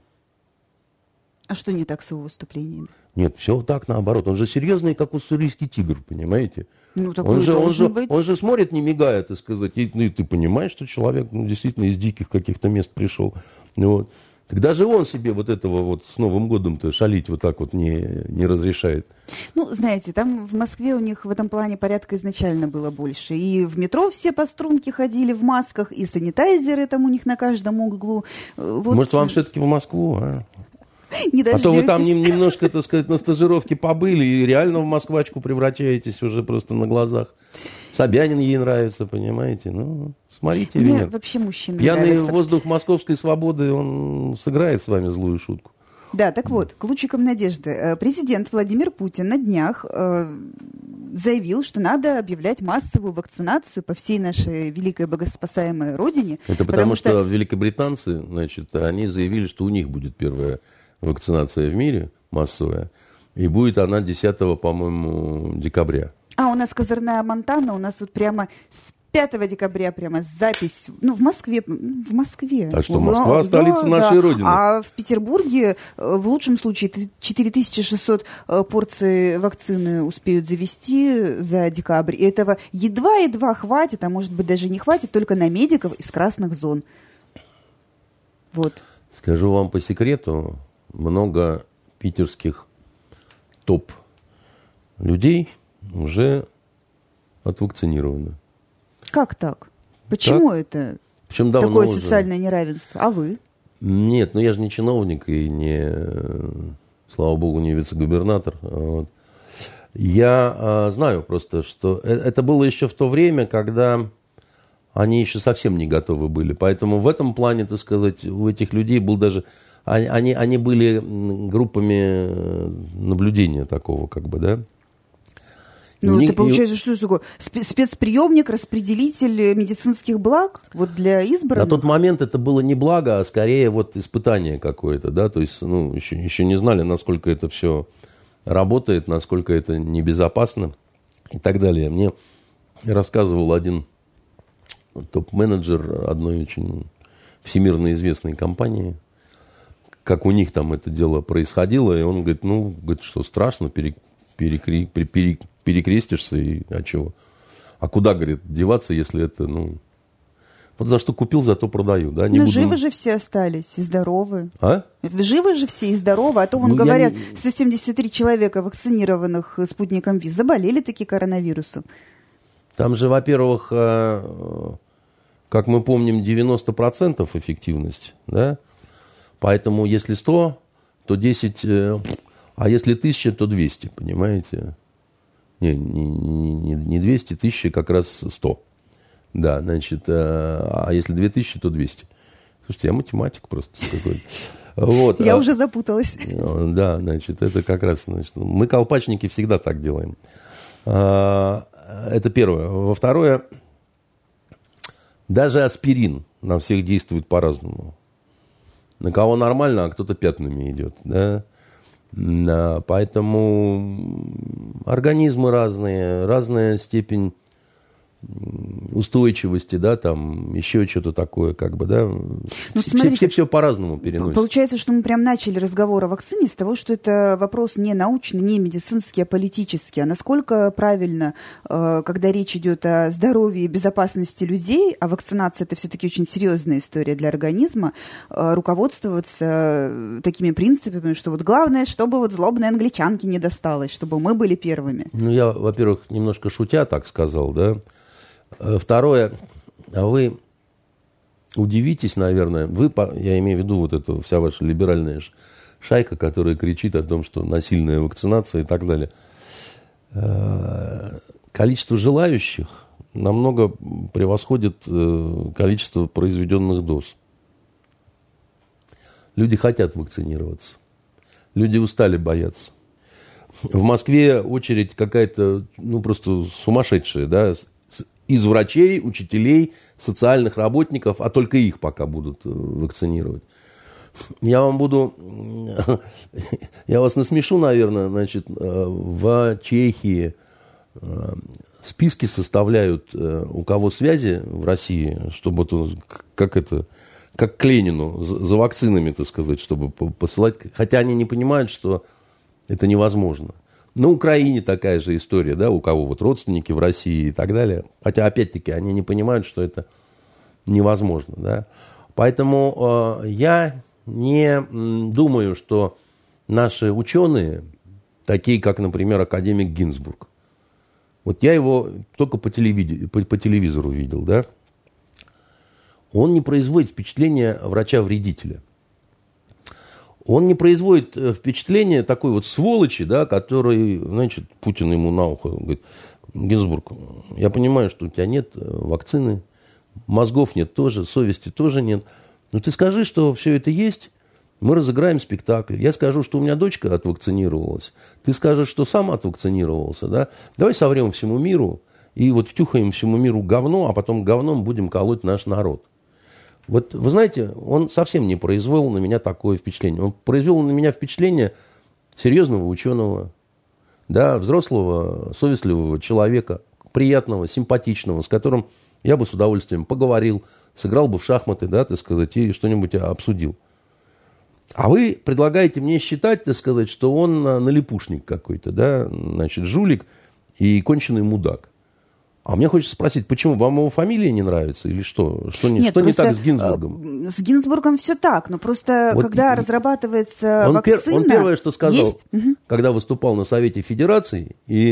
А что не так с его выступлениями? Нет, все так наоборот. Он же серьезный, как уссурийский тигр, понимаете? Ну, он, же, он, же, быть... он же смотрит, не мигая, так сказать. И, ну, и ты понимаешь, что человек ну, действительно из диких каких-то мест пришел. Вот. Так даже он себе вот этого вот с Новым годом-то шалить вот так вот не, не разрешает. Ну, знаете, там в Москве у них в этом плане порядка изначально было больше. И в метро все по струнке ходили в масках, и санитайзеры там у них на каждом углу. Вот. Может, вам все-таки в Москву, а? Не а то вы там немножко, так сказать, на стажировке побыли и реально в москвачку превращаетесь уже просто на глазах. Собянин ей нравится, понимаете? Ну, смотрите, Мне нет. вообще мужчины Пьяный нравятся. воздух московской свободы, он сыграет с вами злую шутку. Да, так вот, к лучикам надежды. Президент Владимир Путин на днях э, заявил, что надо объявлять массовую вакцинацию по всей нашей великой богоспасаемой родине. Это потому, потому что... что великобританцы, значит, они заявили, что у них будет первая вакцинация в мире массовая, и будет она десятого, по-моему, декабря. А у нас козырная Монтана, у нас вот прямо с пятого декабря прямо запись, ну, в Москве, в Москве. А что, Москва столица да, нашей да. Родины. А в Петербурге в лучшем случае четыре тысячи шестьсот порций вакцины успеют завести за декабрь. И этого едва-едва хватит, а может быть даже не хватит, только на медиков из красных зон. Вот. Скажу вам по секрету, много питерских топ-людей уже отвакцинировано. Как так? Почему так? это Причем такое уже. социальное неравенство? А вы? Нет, ну я же не чиновник и не, слава богу, не вице-губернатор. Вот. Я а, знаю просто, что это было еще в то время, когда они еще совсем не готовы были. Поэтому в этом плане, так сказать, у этих людей был даже... Они, они были группами наблюдения такого, как бы, да? Ну, это получается, что это такое? Спецприемник, распределитель медицинских благ вот для избранных? На тот момент это было не благо, а скорее вот испытание какое-то, да, то есть, ну, еще, еще не знали, насколько это все работает, насколько это небезопасно и так далее. Мне рассказывал один топ-менеджер одной очень всемирно известной компании, как у них там это дело происходило, и он говорит, ну, говорит, что страшно, пере, перекри, пере, перекрестишься, и а чего? А куда, говорит, деваться, если это, ну... Вот за что купил, зато продаю, да? Не Но буду... живы же все остались и здоровы. А? Живы же все и здоровы, а то, вон, ну, говорят, не... сто семьдесят три человека, вакцинированных спутником Ви, заболели таки коронавирусом. Там же, во-первых, как мы помним, девяносто процентов эффективность, да? Поэтому если сто, то десять, а если тысяча, то двести, понимаете? Не, не, не, не двести, тысяча, как раз сто. Да, значит, а если две тысячи, то двести. Слушайте, я математик просто какой-то. Вот. Я а, уже запуталась. Да, значит, это как раз, значит, мы, колпачники, всегда так делаем. А, это первое. Во второе, даже аспирин на всех действует по-разному. На кого нормально, а кто-то пятнами идет, да. Да, поэтому организмы разные, разная степень устойчивости, да, там, еще что-то такое, как бы, да. Ну, все, смотрите, все, все по-разному переносят. Получается, что мы прям начали разговор о вакцине с того, что это вопрос не научный, не медицинский, а политический. А насколько правильно, когда речь идет о здоровье и безопасности людей, а вакцинация – это все-таки очень серьезная история для организма, руководствоваться такими принципами, что вот главное, чтобы вот злобной англичанке не досталось, чтобы мы были первыми. Ну, я, во-первых, немножко шутя так сказал, да. Второе, а вы удивитесь, наверное, вы, я имею в виду вот эту вся ваша либеральная шайка, которая кричит о том, что насильная вакцинация и так далее. Количество желающих намного превосходит количество произведенных доз. Люди хотят вакцинироваться. Люди устали бояться. В Москве очередь какая-то, ну, просто сумасшедшая, да, из врачей, учителей, социальных работников, а только их пока будут вакцинировать. Я вам буду... Я вас насмешу, наверное, значит, в Чехии списки составляют, у кого связи в России, чтобы, как это, как к Ленину, за вакцинами, так сказать, чтобы посылать. Хотя они не понимают, что это невозможно. На Украине такая же история, да, у кого вот родственники в России и так далее. Хотя, опять-таки, они не понимают, что это невозможно, да. Поэтому э, я не м, думаю, что наши ученые, такие как, например, академик Гинзбург, вот я его только по, телевиз... по, по телевизору видел, да, он не производит впечатления врача-вредителя. Он не производит впечатление такой вот сволочи, да, который, значит, Путин ему на ухо говорит: Гинзбург, я понимаю, что у тебя нет вакцины, мозгов нет тоже, совести тоже нет. Но ты скажи, что все это есть, мы разыграем спектакль. Я скажу, что у меня дочка отвакцинировалась. Ты скажешь, что сам отвакцинировался, да. Давай соврем всему миру и вот втюхаем всему миру говно, а потом говном будем колоть наш народ. Вот, вы знаете, он совсем не произвел на меня такое впечатление. Он произвел на меня впечатление серьезного ученого, да, взрослого, совестливого человека, приятного, симпатичного, с которым я бы с удовольствием поговорил, сыграл бы в шахматы, да, так сказать, и что-нибудь обсудил. А вы предлагаете мне считать, так сказать, что он налипушник какой-то, да, значит, жулик и конченый мудак. А мне хочется спросить, почему вам его фамилия не нравится? Или что? Что не, Нет, что не так с Гинзбургом? С Гинзбургом все так, но просто вот когда и, разрабатывается он вакцина... Пер, он первое, что сказал, есть... когда выступал на Совете Федерации, и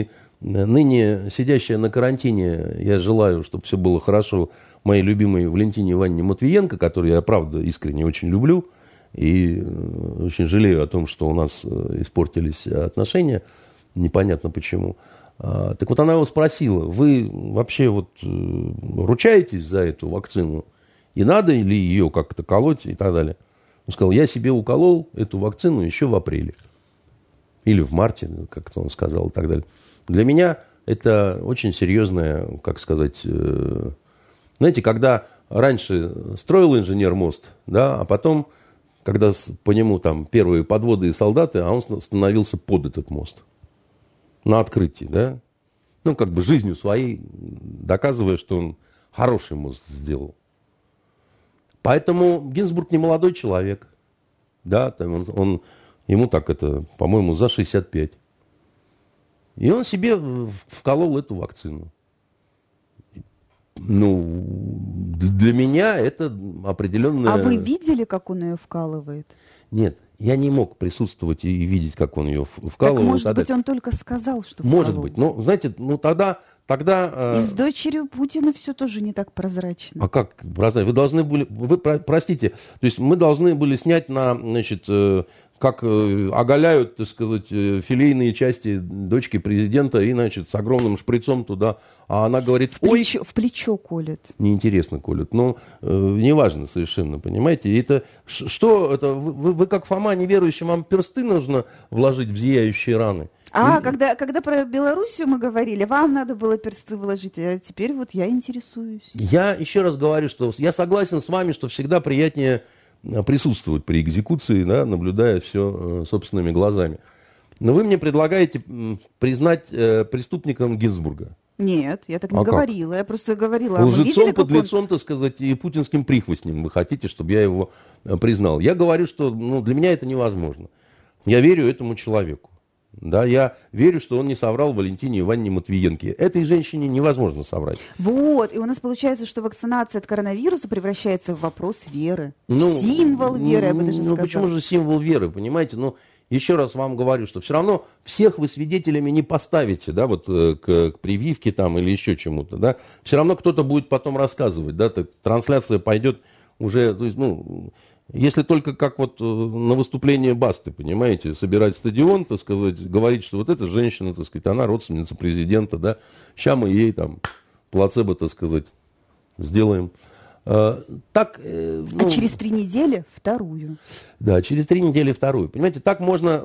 ныне сидящая на карантине, я желаю, чтобы все было хорошо, моей любимой Валентине Ивановне Матвиенко, которую я, правда, искренне очень люблю, и очень жалею о том, что у нас испортились отношения, непонятно почему. Так вот, она его спросила, вы вообще вот ручаетесь за эту вакцину? И надо ли ее как-то колоть и так далее? Он сказал, я себе уколол эту вакцину еще в апреле. Или в марте, как-то он сказал и так далее. Для меня это очень серьезное, как сказать... Знаете, когда раньше строил инженер мост, да, а потом, когда по нему там первые подводы и солдаты, а он становился под этот мост. На открытии, да. Ну, как бы жизнью своей доказывая, что он хороший мост сделал. Поэтому Гинзбург не молодой человек. Да, там он, он, ему так это, по-моему, за шестьдесят пять. И он себе вколол эту вакцину. Ну, для меня это определенное... А вы видели, как он ее вкалывает? Нет, я не мог присутствовать и видеть, как он ее вкалывает. Так, может тогда... быть, он только сказал, что Может вколол. быть. Ну, знаете, ну тогда... тогда И с дочерью Путина все тоже не так прозрачно. А как прозрачно? Вы должны были... Вы, простите, то есть мы должны были снять на, значит... как оголяют, так сказать, филейные части дочки президента и, значит, с огромным шприцом туда. А она говорит, в ой... Плечо, в плечо колет. Неинтересно колет. Но э, неважно совершенно, понимаете. И это, что это? Вы, вы как Фома неверующий, вам персты нужно вложить в зияющие раны. А, и... когда, когда про Белоруссию мы говорили, вам надо было персты вложить, а теперь вот я интересуюсь. Я еще раз говорю, что я согласен с вами, что всегда приятнее... присутствовать при экзекуции, да, наблюдая все собственными глазами. Но вы мне предлагаете признать э, преступником Гинзбурга. Нет, я так не а говорила. Как? Я просто говорила. А Лжецом, видели, подлецом, он... так сказать, и путинским прихвостнем. Вы хотите, чтобы я его признал. Я говорю, что ну, для меня это невозможно. Я верю этому человеку. Да, я верю, что он не соврал Валентине Ивановне Матвиенко. Этой женщине невозможно соврать. Вот, и у нас получается, что вакцинация от коронавируса превращается в вопрос веры. Ну, символ веры, я бы даже ну, сказала. Почему же символ веры, понимаете? Ну, еще раз вам говорю, что все равно всех вы свидетелями не поставите, да, вот к, к прививке там или еще чему-то, да. Все равно кто-то будет потом рассказывать, да, так, трансляция пойдет уже, то есть, ну... Если только как вот на выступление Басты, понимаете, собирать стадион, так сказать, говорить, что вот эта женщина, так сказать, она родственница президента, да, ща мы ей там плацебо, так сказать, сделаем. А, так, ну, а через три недели вторую. Да, через три недели вторую. Понимаете, так можно,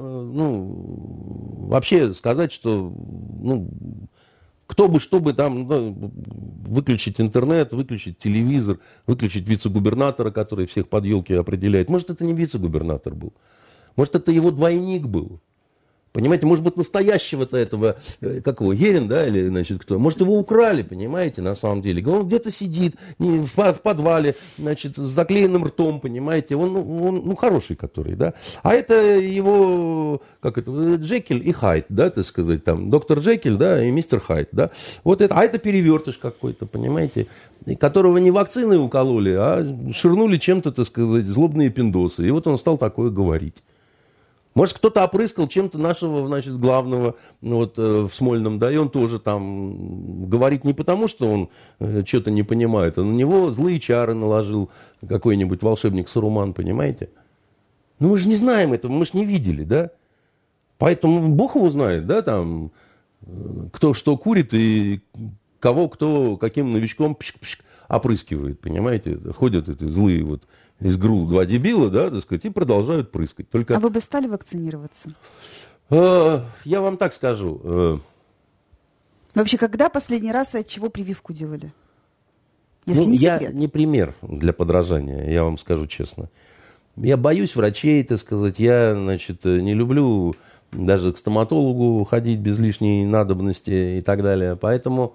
ну, вообще сказать, что, ну, кто бы, что бы там, ну, выключить интернет, выключить телевизор, выключить вице-губернатора, который всех под елки определяет. Может, это не вице-губернатор был. Может, это его двойник был. Понимаете, может быть, настоящего-то этого, как его, Ерин, да, или, значит, кто? Может, его украли, понимаете, на самом деле. Он где-то сидит не, в, в подвале, значит, с заклеенным ртом, понимаете. Он, он, ну, хороший который, да. А это его, как это, Джекиль и Хайд, да, так сказать, там, доктор Джекиль, да, и мистер Хайд, да. Вот это, а это перевертыш какой-то, понимаете, которого не вакцины укололи, а ширнули чем-то, так сказать, злобные пиндосы. И вот он стал такое говорить. Может, кто-то опрыскал чем-то нашего, значит, главного, ну, вот, э, в Смольном, да, и он тоже там говорит не потому, что он э, что-то не понимает, а на него злые чары наложил какой-нибудь волшебник Саруман, понимаете? Ну, мы же не знаем этого, мы же не видели, да? Поэтому Бог его знает, да, там, э, кто что курит и кого кто каким новичком пшик-пшик опрыскивает, понимаете? Ходят эти злые вот из ГРУ два дебила, да, так сказать, и продолжают прыскать. Только... А вы бы стали вакцинироваться? Э, я вам так скажу. Э... Вообще, когда последний раз и от чего прививку делали? Если ну, не я секрет. не пример для подражания, я вам скажу честно. Я боюсь врачей, так сказать. Я, значит, не люблю даже к стоматологу ходить без лишней надобности и так далее. Поэтому,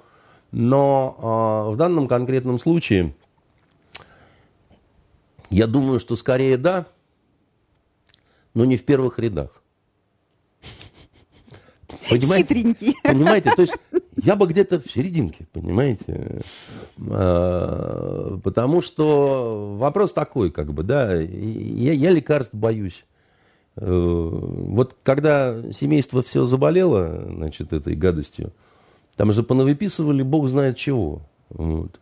но э, в данном конкретном случае... Я думаю, что скорее да, но не в первых рядах. Понимаете? Хитренький. Понимаете? То есть я бы где-то в серединке, понимаете? А, потому что вопрос такой, как бы, да, я, я лекарств боюсь. Вот когда семейство все заболело, значит, этой гадостью, там же понавыписывали бог знает чего. Вот.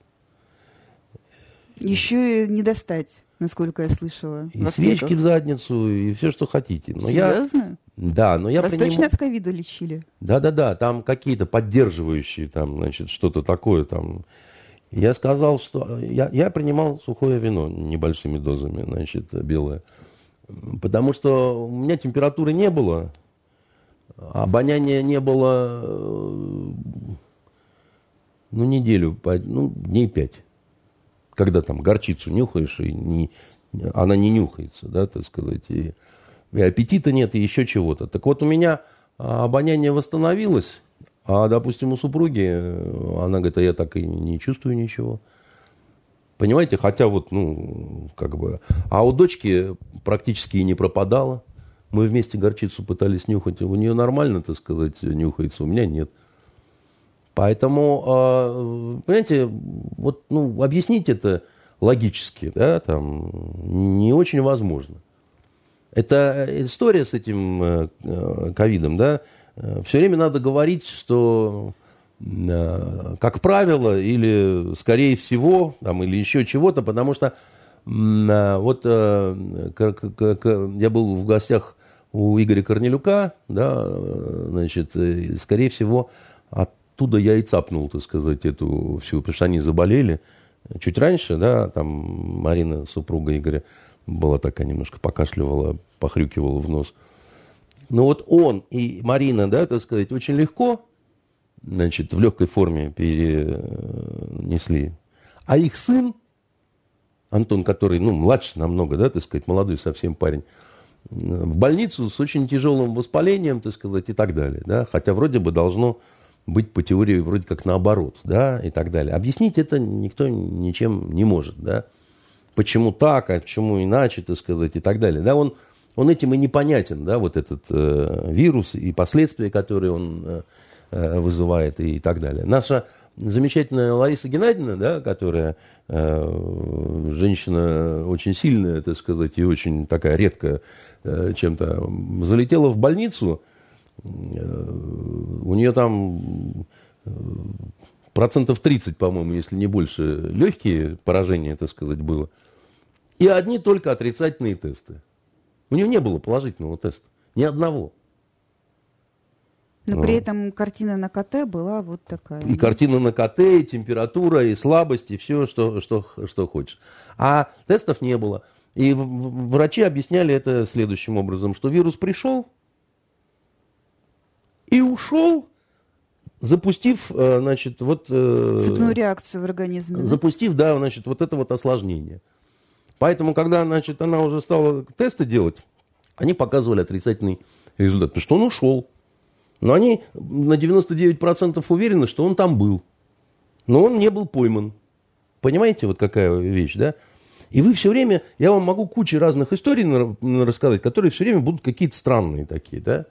Еще и не достать, насколько я слышала. И свечки в задницу, и все, что хотите. Но серьезно? Я, да, но я Восточно приним... от ковида лечили? Да-да-да, там какие-то поддерживающие, там, значит, что-то такое там. Я сказал, что... Я, я принимал сухое вино небольшими дозами, значит, белое. Потому что у меня температуры не было, обоняния не было, ну, неделю, ну, дней пять. Когда там горчицу нюхаешь, и не, она не нюхается, да, так сказать, и, и аппетита нет, и еще чего-то. Так вот, у меня обоняние восстановилось, а, допустим, у супруги, она говорит, а я так и не чувствую ничего. Понимаете, хотя вот, ну, как бы... А у дочки практически и не пропадало. Мы вместе горчицу пытались нюхать. У нее нормально, так сказать, нюхается, у меня нет. Поэтому, понимаете, вот, ну, объяснить это логически, да, там, не очень возможно. Это история с этим ковидом, да. Все время надо говорить, что... как правило, или скорее всего, там, или еще чего-то, потому что вот я был в гостях у Игоря Корнелюка, да, значит, скорее всего, оттуда я и цапнул, так сказать, эту всю, потому что они заболели чуть раньше, да, там Марина, супруга Игоря, была такая немножко покашливала, похрюкивала в нос. Но вот он и Марина, да, так сказать, очень легко, значит, в легкой форме перенесли. А их сын, Антон, который, ну, младше намного, да, так сказать, молодой совсем парень, в больницу с очень тяжелым воспалением, так сказать, и так далее, да, хотя вроде бы должно быть по теории вроде как наоборот, да, и так далее. Объяснить это никто ничем не может, да, почему так, а почему иначе, так сказать, и так далее, да, он, он этим и непонятен, да, вот этот э, вирус и последствия, которые он э, вызывает и так далее. Наша замечательная Лариса Геннадьевна, да, которая э, женщина очень сильная, так сказать, и очень такая редкая э, чем-то, залетела в больницу, э, у нее там э, процентов тридцать, по-моему, если не больше, легкие поражения, так сказать, было, и одни только отрицательные тесты. У нее не было положительного теста, ни одного. Но при этом картина на КТ была вот такая. И картина на КТ, и температура, и слабость, и все, что, что, что хочешь. А тестов не было. И врачи объясняли это следующим образом, что вирус пришел и ушел, запустив, значит, вот... цепную реакцию в организме. Запустив, да, значит, вот это вот осложнение. Поэтому, когда, значит, она уже стала тесты делать, они показывали отрицательный результат, потому что он ушел. Но они на девяносто девять процентов уверены, что он там был. Но он не был пойман. Понимаете, вот какая вещь, да? И вы все время, я вам могу кучу разных историй рассказать, которые все время будут какие-то странные такие, да?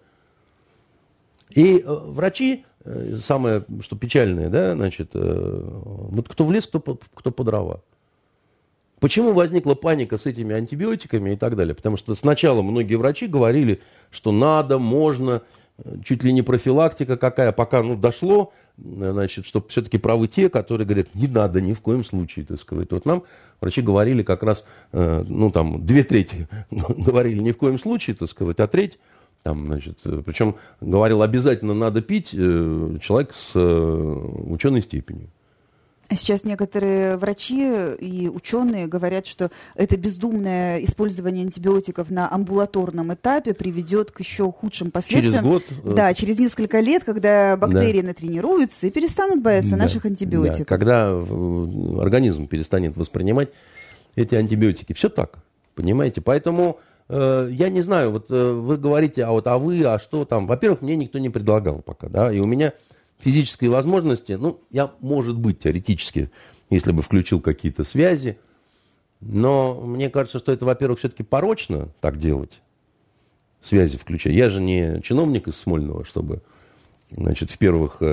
И врачи, самое, что печальное, да, значит, вот кто в лес, кто по, кто по дрова. Почему возникла паника с этими антибиотиками и так далее? Потому что сначала многие врачи говорили, что надо, можно... Чуть ли не профилактика какая, пока ну, дошло, значит, что все-таки правы те, которые говорят, не надо ни в коем случае, так сказать. Вот нам врачи говорили как раз, ну, там, две трети говорили ни в коем случае, так сказать, а треть, там, значит, причем говорил, обязательно надо пить человек с ученой степенью. А сейчас некоторые врачи и ученые говорят, что это бездумное использование антибиотиков на амбулаторном этапе приведет к еще худшим последствиям. Через год? Да, через несколько лет, когда бактерии да. натренируются и перестанут бояться да. наших антибиотиков. Да. Когда организм перестанет воспринимать эти антибиотики. Все так, понимаете? Поэтому э, я не знаю, вот э, вы говорите, а вот а вы, а что там? Во-первых, мне никто не предлагал пока, да, и у меня... физические возможности, ну, я, может быть, теоретически, если бы включил какие-то связи, но мне кажется, что это, во-первых, все-таки порочно так делать, связи включать. Я же не чиновник из Смольного, чтобы, значит, в первых э,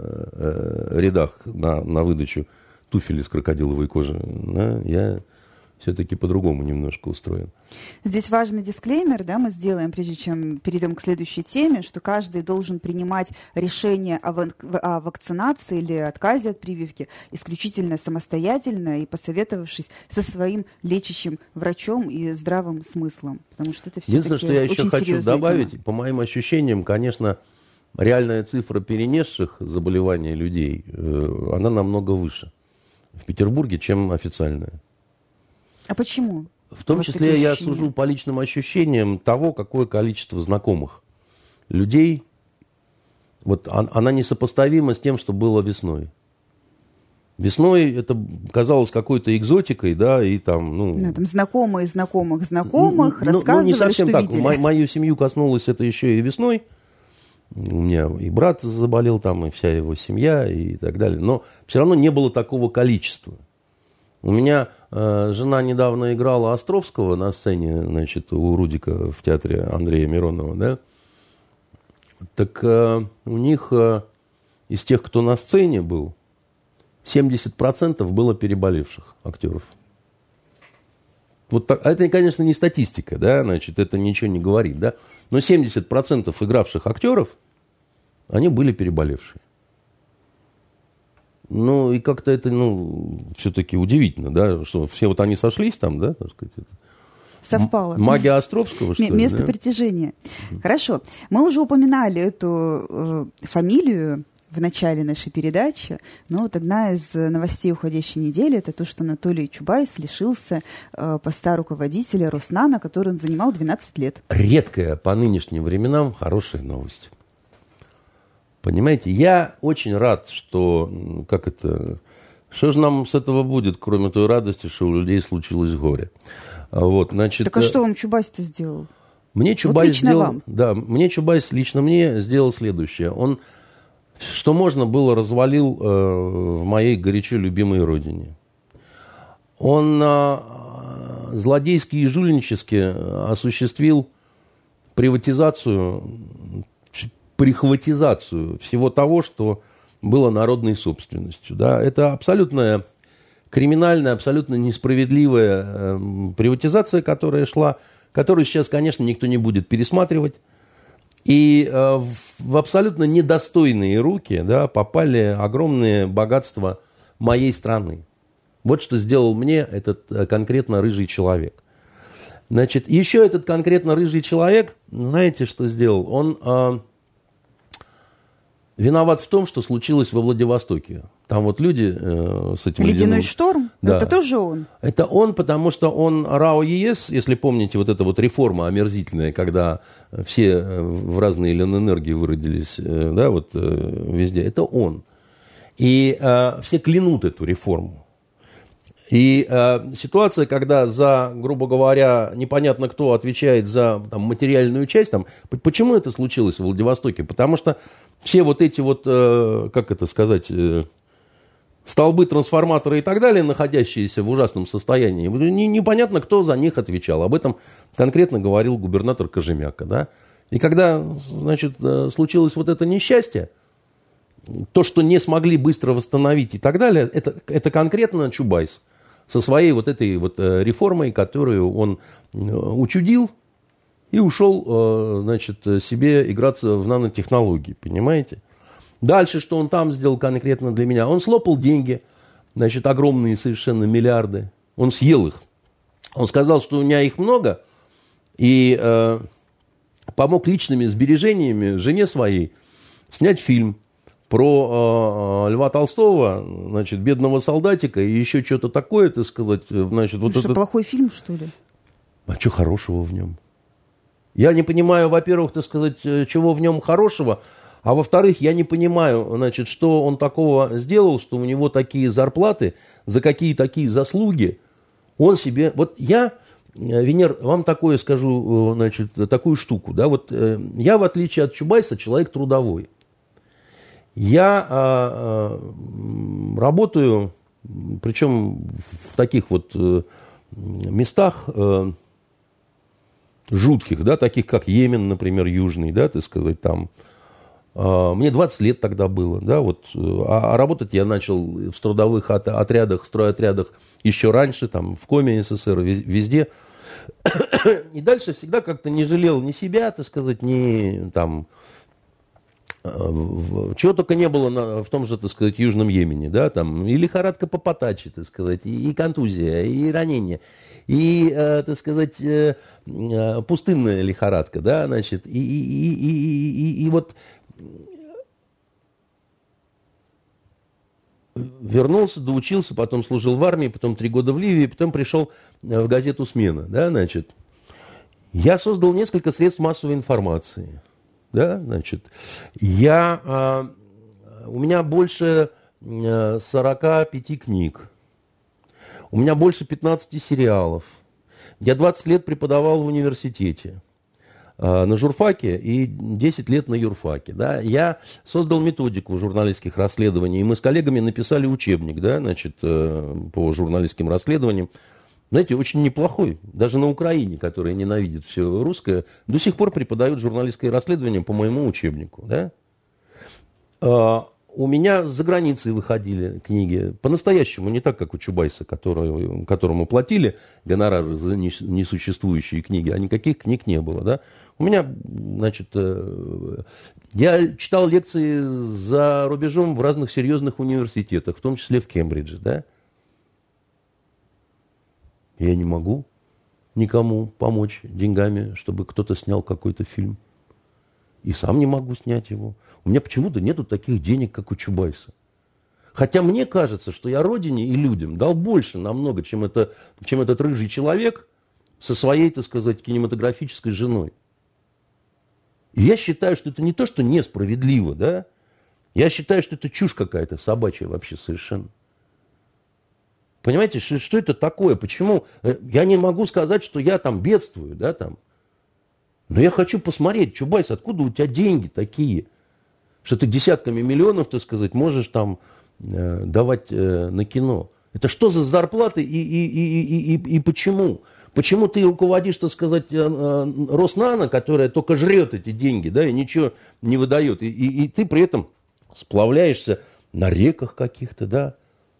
э, рядах на, на выдачу туфель из крокодиловой кожи. Да, я все-таки по-другому немножко устроен. Здесь важный дисклеймер, да, мы сделаем, прежде чем перейдем к следующей теме, что каждый должен принимать решение о, вак- о вакцинации или отказе от прививки исключительно самостоятельно и посоветовавшись со своим лечащим врачом и здравым смыслом. Потому что это все-таки Единственное, что я еще хочу добавить, тема. По моим ощущениям, конечно, реальная цифра перенесших заболевания людей, э, она намного выше в Петербурге, чем официальная. А почему? В том числе я сужу по личным ощущениям того, какое количество знакомых людей. Вот она несопоставима с тем, что было весной. Весной это казалось какой-то экзотикой, да, и там, ну... Да, там знакомые знакомых знакомых ну, рассказывали, ну, не совсем что так. видели. Мо- мою семью коснулось это еще и весной. У меня и брат заболел там, и вся его семья, и так далее. Но все равно не было такого количества. У меня э, жена недавно играла Островского на сцене, значит, у Рудика в театре Андрея Миронова, да. Так э, у них э, из тех, кто на сцене был, семьдесят процентов было переболевших актеров. Вот так, это, конечно, не статистика, да, значит, это ничего не говорит, да. Но семьдесят процентов игравших актеров, они были переболевшие. Ну, и как-то это, ну, все-таки удивительно, да, что все вот они сошлись там, да, так сказать. Совпало. Магия Островского, что ли? Место да? притяжения. Хорошо. Мы уже упоминали эту э, фамилию в начале нашей передачи, но вот одна из новостей уходящей недели — это то, что Анатолий Чубайс лишился э, поста руководителя Роснано, который он занимал двенадцать лет. Редкая по нынешним временам хорошая новость. Понимаете, я очень рад, что, как это, что же нам с этого будет, кроме той радости, что у людей случилось горе. Вот, значит, так а что вам Чубайс-то сделал? Мне Чубайс вот лично сделал, вам. Да, мне Чубайс лично мне сделал следующее. Он, что можно было, развалил э, в моей горячо любимой родине. Он э, злодейски и жульнически осуществил приватизацию, прихватизацию всего того, что было народной собственностью. Да? Это абсолютная криминальная, абсолютно несправедливая э, приватизация, которая шла, которую сейчас, конечно, никто не будет пересматривать. И э, в, в абсолютно недостойные руки, да, попали огромные богатства моей страны. Вот что сделал мне этот э, конкретно рыжий человек. Значит, еще этот конкретно рыжий человек, знаете, что сделал? Он... Э, виноват в том, что случилось во Владивостоке. Там вот люди э, с этим... Ледяной ледяным... шторм? Да. Это тоже он? Это он, потому что он РАО ЕС, если помните, вот эта вот реформа омерзительная, когда все в разные Ленэнергии выродились, э, да, вот э, везде, это он. И э, все клянут эту реформу. И э, ситуация, когда за, грубо говоря, непонятно кто отвечает за там, материальную часть, там, почему это случилось в Владивостоке? Потому что все вот эти вот, э, как это сказать, э, столбы, трансформаторы и так далее, находящиеся в ужасном состоянии, не, непонятно, кто за них отвечал. Об этом конкретно говорил губернатор Кожемяка. Да? И когда, значит, случилось вот это несчастье, то, что не смогли быстро восстановить и так далее, это, это конкретно Чубайс со своей вот этой вот реформой, которую он учудил и ушел, значит, себе играться в нанотехнологии, понимаете? Дальше, что он там сделал конкретно для меня? Он слопал деньги, значит, огромные совершенно миллиарды. Он съел их. Он сказал, что у меня их много, и э, помог личными сбережениями жене своей снять фильм про э, Льва Толстого, значит, бедного солдатика и еще что-то такое, так сказать. Значит, вот что, это... плохой фильм, что ли? А что хорошего в нем? Я не понимаю, во-первых, так сказать, чего в нем хорошего, а во-вторых, я не понимаю, значит, что он такого сделал, что у него такие зарплаты, за какие такие заслуги он себе... Вот я, Венер, вам такое скажу, значит, такую штуку, да, вот я, в отличие от Чубайса, человек трудовой. Я а, а, работаю, причем в таких вот а, местах а, жутких, да, таких как Йемен, например, южный, да, так сказать, там, Мне двадцать лет тогда было, да, вот, а, а работать я начал в трудовых от, отрядах, стройотрядах еще раньше, там, в Коме, СССР, везде. И дальше всегда как-то не жалел ни себя, так сказать, ни там, чего только не было на, в том же, так сказать, Южном Йемене, да, там, и лихорадка Папатачи, так сказать, и, и контузия, и ранение, и, э, так сказать, э, э, пустынная лихорадка, да, значит, и, и, и, и, и, и вот вернулся, доучился, потом служил в армии, потом три года в Ливии, потом пришел в газету «Смена», да, значит. Я создал несколько средств массовой информации, да, значит. Я, а, у меня больше сорока пяти книг, у меня больше пятнадцати сериалов. Я двадцать лет преподавал в университете на журфаке и десять лет на юрфаке. Да. Я создал методику журналистских расследований, и мы с коллегами написали учебник, да, значит, по журналистским расследованиям. Знаете, очень неплохой. Даже на Украине, которая ненавидит все русское, до сих пор преподают журналистское расследование по моему учебнику. Да. У меня за границей выходили книги по-настоящему, не так, как у Чубайса, который, которому платили гонорары за несуществующие книги, а никаких книг не было. Да? У меня, значит, я читал лекции за рубежом в разных серьезных университетах, в том числе в Кембридже. Да? Я не могу никому помочь деньгами, чтобы кто-то снял какой-то фильм. И сам не могу снять его. У меня почему-то нету таких денег, как у Чубайса. Хотя мне кажется, что я родине и людям дал больше намного, чем, это, чем этот рыжий человек со своей, так сказать, кинематографической женой. И я считаю, что это не то, что несправедливо, да? Я считаю, что это чушь какая-то собачья вообще совершенно. Понимаете, что, что это такое? Почему? Я не могу сказать, что я там бедствую, да, там. Но я хочу посмотреть, Чубайс, откуда у тебя деньги такие, что ты десятками миллионов, так сказать, можешь там э, давать э, на кино. Это что за зарплаты и, и, и, и, и, и почему? Почему ты руководишь, так сказать, э, э, Роснано, которая только жрет эти деньги, да, и ничего не выдает, и, и, и ты при этом сплавляешься на реках каких-то, да?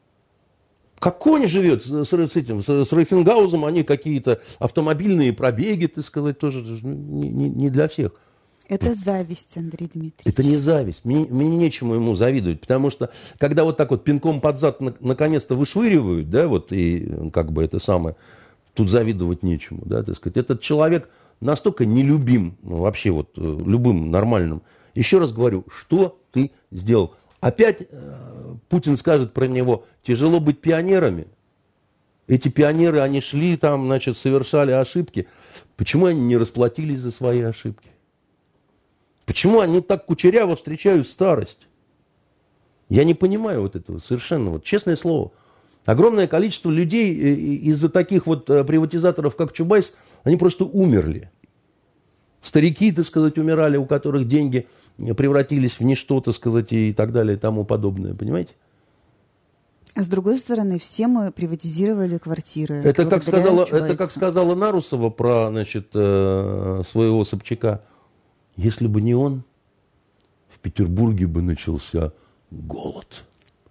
Как конь живет с, с этим, с, с Рейфенгаузом, они какие-то автомобильные пробеги, так сказать, тоже не, не, не для всех. Это зависть, Андрей Дмитриевич. Это не зависть. Мне, мне нечему ему завидовать, потому что, когда вот так вот пинком под зад на, наконец-то вышвыривают, да, вот, и как бы это самое, тут завидовать нечему, да, так сказать. Этот человек настолько нелюбим, ну, вообще вот любым нормальным. Еще раз говорю, что ты сделал? Опять э, Путин скажет про него, тяжело быть пионерами. Эти пионеры, они шли там, значит, совершали ошибки. Почему они не расплатились за свои ошибки? Почему они так кучеряво встречают старость? Я не понимаю вот этого совершенно. Вот, честное слово. Огромное количество людей из-за таких вот приватизаторов, как Чубайс, они просто умерли. Старики, так сказать, умирали, у которых деньги превратились в ничто, так сказать, и так далее, и тому подобное. Понимаете? А с другой стороны, все мы приватизировали квартиры. Это как, сказала, это как сказала Нарусова про, значит, своего Собчака. Если бы не он, в Петербурге бы начался голод.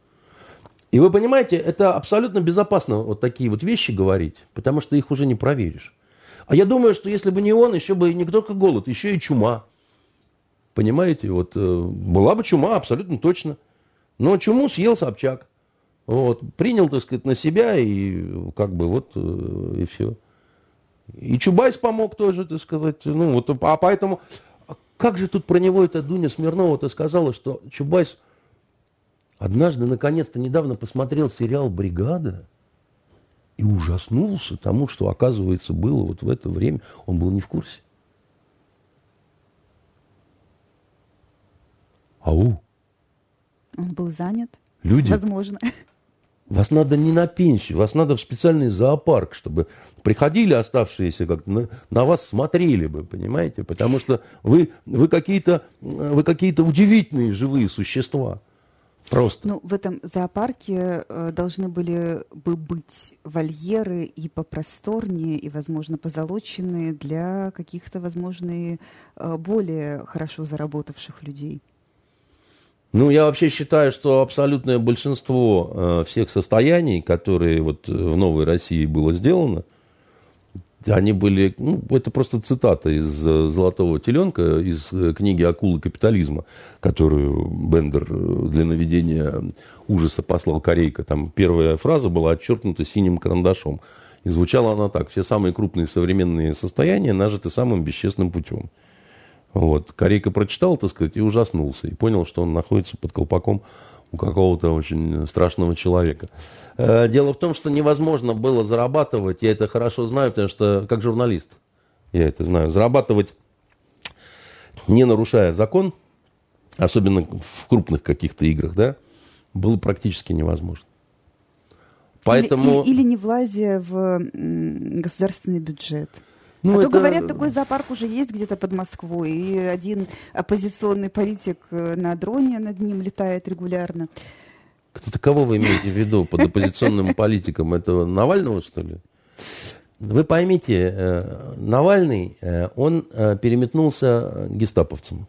И вы понимаете, это абсолютно безопасно вот такие вот вещи говорить, потому что их уже не проверишь. А я думаю, что если бы не он, еще бы не только голод, еще и чума. Понимаете, вот была бы чума, абсолютно точно. Но чуму съел Собчак. Вот, принял, так сказать, на себя, и как бы вот, и все. И Чубайс помог тоже, так сказать. Ну, вот, а поэтому, как же тут про него эта Дуня Смирнова-то сказала, что Чубайс однажды, наконец-то, недавно посмотрел сериал «Бригада» и ужаснулся тому, что, оказывается, было вот в это время. Он был не в курсе. Ау. Он был занят. Люди, возможно. Вас надо не на пенсию, вас надо в специальный зоопарк, чтобы приходили оставшиеся, как на, на вас смотрели бы, понимаете? Потому что вы, вы, какие-то, вы какие-то удивительные живые существа. Просто. Ну, в этом зоопарке э, должны были бы быть вольеры и попросторнее, и, возможно, позолоченные для каких-то, возможно, и, э, более хорошо заработавших людей. Ну, я вообще считаю, что абсолютное большинство э, всех состояний, которые вот в Новой России было сделано, они были, ну, это просто цитата из «Золотого теленка», из книги «Акулы капитализма», которую Бендер для наведения ужаса послал Корейко. Там первая фраза была отчеркнута синим карандашом. И звучала она так: все самые крупные современные состояния нажиты самым бесчестным путем. Вот. Корейко прочитал, так сказать, и ужаснулся. И понял, что он находится под колпаком у какого-то очень страшного человека. Дело в том, что невозможно было зарабатывать, я это хорошо знаю, потому что как журналист, я это знаю, зарабатывать, не нарушая закон, особенно в крупных каких-то играх, да, было практически невозможно. Поэтому... Или, или, или не влазя в государственный бюджет. Ну, а это... то, говорят, такой зоопарк уже есть где-то под Москвой, и один оппозиционный политик на дроне над ним летает регулярно. Кто-то, кого вы имеете в виду под оппозиционным политиком? Это Навального, что ли? Вы поймите, Навальный, он переметнулся гестаповцем.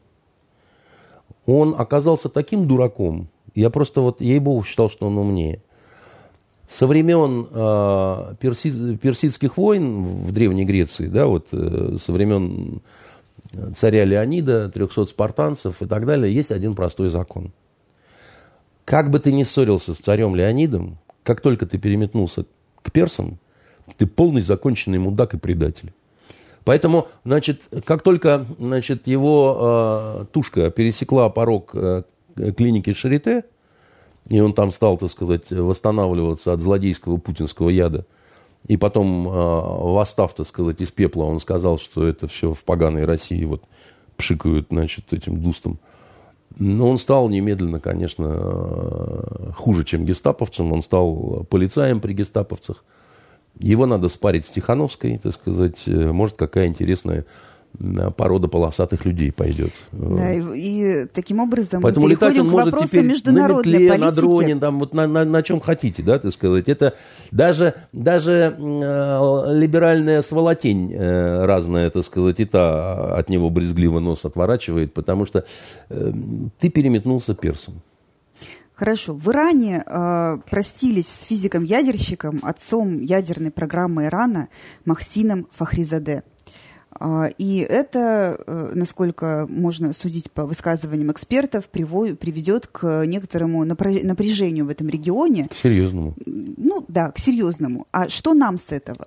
Он оказался таким дураком, я просто вот, ей-богу, считал, что он умнее. Со времен э, перси, персидских войн в Древней Греции, да, вот, э, со времен царя Леонида, трехсот спартанцев и так далее, есть один простой закон. Как бы ты ни ссорился с царем Леонидом, как только ты переметнулся к персам, ты полный законченный мудак и предатель. Поэтому, значит, как только, значит, его э, тушка пересекла порог э, клиники Шарите, и он там стал, так сказать, восстанавливаться от злодейского путинского яда. И потом, восстав, так сказать, из пепла, он сказал, что это все в поганой России вот пшикают, значит, этим дустом. Но он стал немедленно, конечно, хуже, чем гестаповцем. Он стал полицаем при гестаповцах. Его надо спарить с Тихановской, так сказать. Может, какая интересная порода полосатых людей пойдет. Да, и, и таким образом Поэтому мы переходим летать он к может вопросу теперь международной на метле, политики. на дроне, там, вот на, на, на чем хотите, да, так сказать. Это даже, даже э, либеральная сволотень э, разная, так сказать, и та от него брезгливо нос отворачивает, потому что э, ты переметнулся персом. Хорошо. В Иране э, простились с физиком-ядерщиком, отцом ядерной программы Ирана Мохсином Фахризаде. И это, насколько можно судить по высказываниям экспертов, приведет к некоторому напряжению в этом регионе. К серьезному. Ну да, к серьезному. А что нам с этого?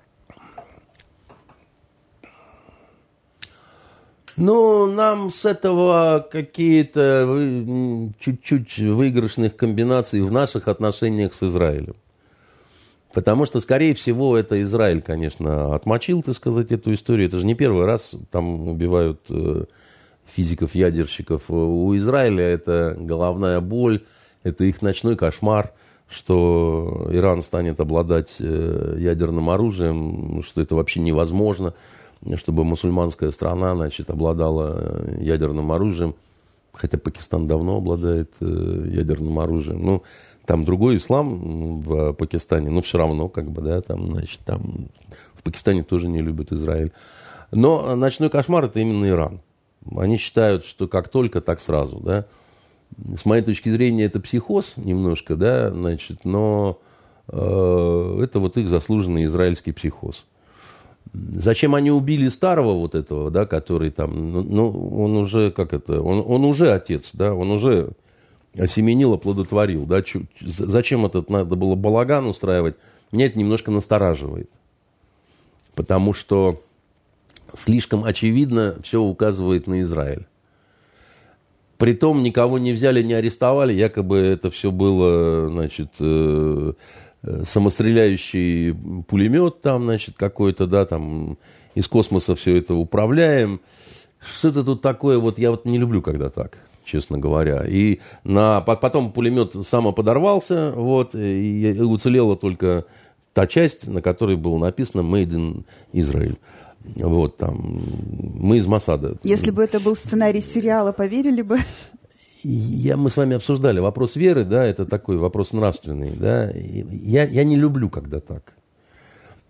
Ну, нам с этого какие-то чуть-чуть выигрышных комбинаций в наших отношениях с Израилем. Потому что, скорее всего, это Израиль, конечно, отмочил, так сказать, эту историю. Это же не первый раз там убивают э, физиков-ядерщиков. У Израиля это головная боль, это их ночной кошмар, что Иран станет обладать э, ядерным оружием, что это вообще невозможно, чтобы мусульманская страна, значит, обладала ядерным оружием. Хотя Пакистан давно обладает э, ядерным оружием. Ну, там другой ислам в Пакистане, но все равно, как бы, да, там, значит, там в Пакистане тоже не любят Израиль. Но ночной кошмар – это именно Иран. Они считают, что как только, так сразу, да. С моей точки зрения, это психоз немножко, да, значит, но э, это вот их заслуженный израильский психоз. Зачем они убили старого вот этого, да, который там, ну, ну он уже, как это, он, он уже отец, да, он уже осеменил, оплодотворил, да, чуть, зачем этот надо было балаган устраивать, меня это немножко настораживает, потому что слишком очевидно все указывает на Израиль. Притом никого не взяли, не арестовали, якобы это все было, значит, э, самостреляющий пулемет там, значит, какой-то, да, там из космоса все это управляем. Что-то тут такое, вот я вот не люблю, когда так, честно говоря. И на, потом пулемет самоподорвался, вот, и уцелела только та часть, на которой было написано «Made in Israel». Вот, там, мы из Моссада. Если бы это был сценарий сериала, поверили бы? Я, мы с вами обсуждали вопрос веры, да, это такой вопрос нравственный, да. Я, я не люблю, когда так.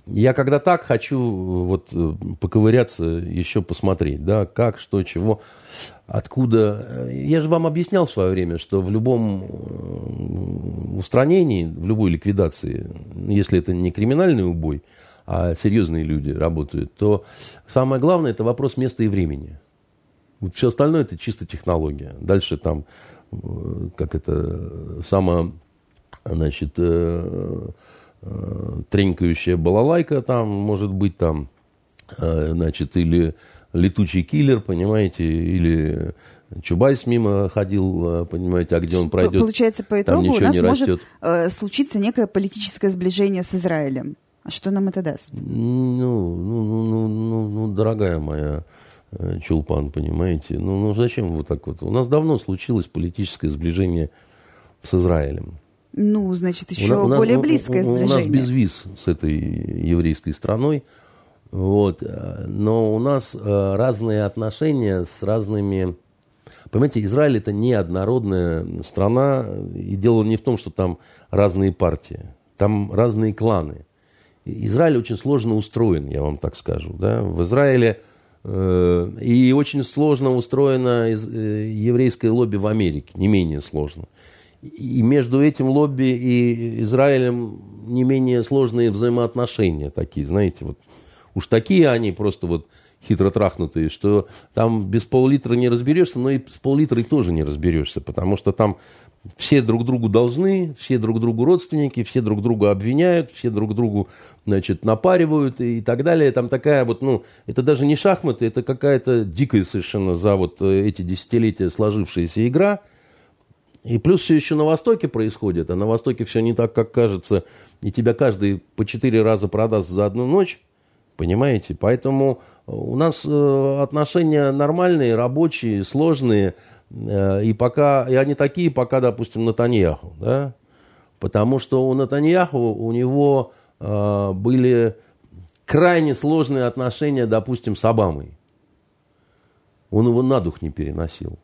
Я когда так хочу вот поковыряться, еще посмотреть, да, как, что, чего, откуда. Я же вам объяснял в свое время, что в любом устранении, в любой ликвидации, если это не криминальный убой, а серьезные люди работают, то самое главное – это вопрос места и времени. Вот все остальное – это чисто технология. Дальше там, как это, само, значит, тренькающая балалайка там, может быть, там, значит, или летучий киллер, понимаете, или Чубайс мимо ходил, понимаете, а где он пройдет, получается, по итогу у нас может э, случиться некое политическое сближение с Израилем. А что нам это даст? Ну, ну, ну, ну, ну дорогая моя Чулпан, понимаете, ну, ну зачем вот так вот? У нас давно случилось политическое сближение с Израилем. Ну, значит, еще у нас, более у, близкое у, сближение. У нас безвиз с этой еврейской страной, вот, но у нас разные отношения с разными... Понимаете, Израиль – это неоднородная страна, и дело не в том, что там разные партии, там разные кланы. Израиль очень сложно устроен, я вам так скажу. Да? В Израиле э, и очень сложно устроено из, э, еврейское лобби в Америке, не менее сложно. И между этим лобби и Израилем не менее сложные взаимоотношения такие, знаете, вот уж такие они просто вот хитро трахнутые, что там без пол-литра не разберешься, но и с пол-литрой тоже не разберешься, потому что там все друг другу должны, все друг другу родственники, все друг друга обвиняют, все друг другу, значит, напаривают и так далее. Там такая вот, ну, это даже не шахматы, это какая-то дикая совершенно за вот эти десятилетия сложившаяся игра. И плюс все еще на Востоке происходит, а на Востоке все не так, как кажется, и тебя каждый по четыре раза продаст за одну ночь, понимаете? Поэтому у нас отношения нормальные, рабочие, сложные, и пока, и они такие, пока, допустим, Нетаньяху, да? Потому что у Нетаньяху, у него э, были крайне сложные отношения, допустим, с Обамой. Он его на дух не переносил.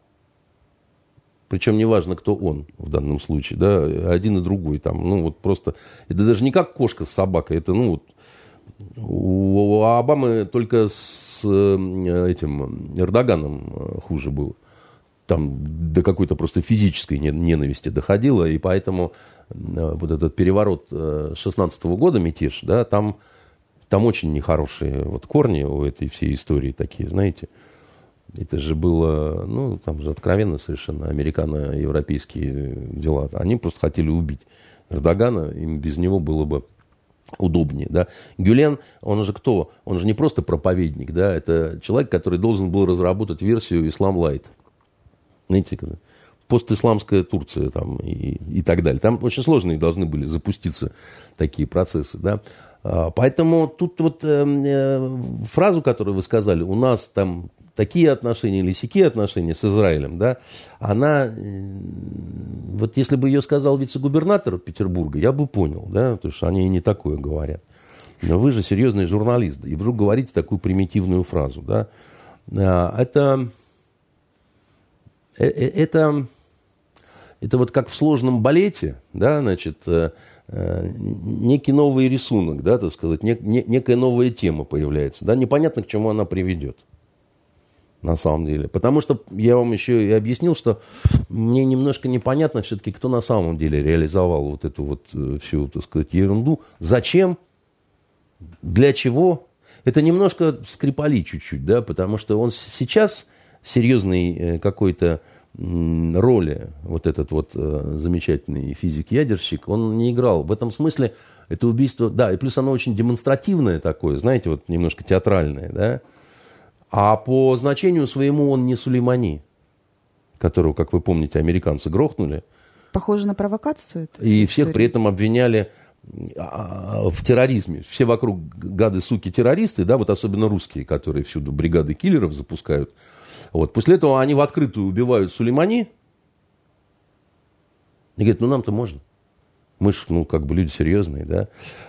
Причем неважно, кто он в данном случае, да, один и другой там, ну вот просто, это даже не как кошка с собакой, это, ну вот, у, у Обамы только с этим Эрдоганом хуже было. Там до какой-то просто физической ненависти доходило, и поэтому вот этот переворот шестнадцатого года, мятеж, да, там, там очень нехорошие вот корни у этой всей истории такие, знаете. Это же было, ну, там же откровенно совершенно американо-европейские дела. Они просто хотели убить Эрдогана, им без него было бы удобнее, да. Гюлен, он же кто? Он же не просто проповедник, да, это человек, который должен был разработать версию «Ислам Лайт». Знаете, постисламская Турция там, и, и так далее. Там очень сложные должны были запуститься такие процессы, да. Поэтому тут вот э, э, фразу, которую вы сказали, у нас там такие отношения или сякие отношения с Израилем, да, она, э, вот если бы ее сказал вице-губернатор Петербурга, я бы понял, да, потому что они и не такое говорят. Но вы же серьезный журналист, и вдруг говорите такую примитивную фразу, да. Это, это, это вот как в сложном балете, да, значит, некий новый рисунок, да, так сказать, нек, не, некая новая тема появляется, да, непонятно, к чему она приведет, на самом деле. Потому что я вам еще и объяснил, что мне немножко непонятно все-таки, кто на самом деле реализовал вот эту вот всю, так сказать, ерунду. Зачем? Для чего? Это немножко Скрипали чуть-чуть, да, потому что он сейчас серьезный какой-то роли, вот этот вот э, замечательный физик-ядерщик, он не играл. В этом смысле это убийство, да, и плюс оно очень демонстративное такое, знаете, вот немножко театральное, да. А по значению своему он не Сулеймани, которого, как вы помните, американцы грохнули. Похоже на провокацию. И всех история. При этом обвиняли в терроризме. Все вокруг гады, суки, террористы, да, вот особенно русские, которые всюду бригады киллеров запускают. Вот. После этого они в открытую убивают Сулеймани. И говорят, ну нам-то можно. Мы же, ну, как бы люди серьезные, да.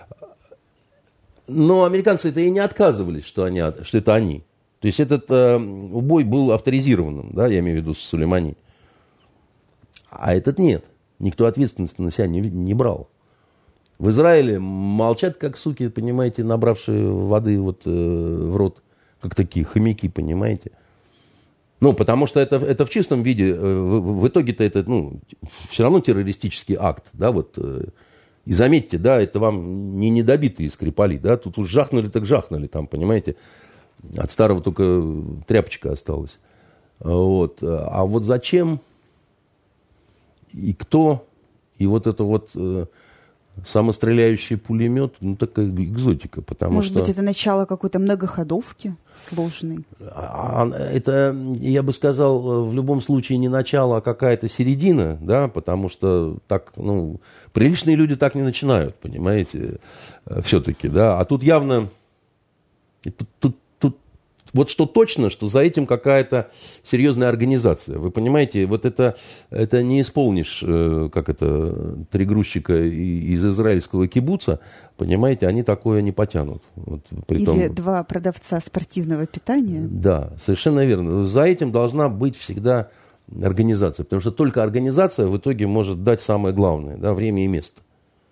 Но американцы это и не отказывались, что, они, что это они. То есть этот э, убой был авторизированным, да, я имею в виду с Сулеймани. А этот нет. Никто ответственности на себя не, не брал. В Израиле молчат, как суки, понимаете, набравшие воды вот, э, в рот, как такие хомяки, понимаете. Ну, потому что это, это в чистом виде, в, в итоге-то это, ну, все равно террористический акт, да, вот. И заметьте, да, это вам не недобитые Скрипали, да, тут уж жахнули, так жахнули, там, понимаете, от старого только тряпочка осталась. Вот. А вот зачем и кто, и вот это вот самостреляющий пулемет, ну, такая экзотика, потому Может что... быть, это начало какой-то многоходовки сложной? Это, я бы сказал, в любом случае не начало, а какая-то середина, да, потому что так, ну, приличные люди так не начинают, понимаете, все-таки, да, а тут явно, тут, тут, тут вот что точно, что за этим какая-то серьезная организация, вы понимаете, вот это, это не исполнишь, как это, три грузчика из израильского кибуца, понимаете, они такое не потянут. Вот, притом... Или два продавца спортивного питания. Да, совершенно верно. За этим должна быть всегда организация, потому что только организация в итоге может дать самое главное, да, время и место.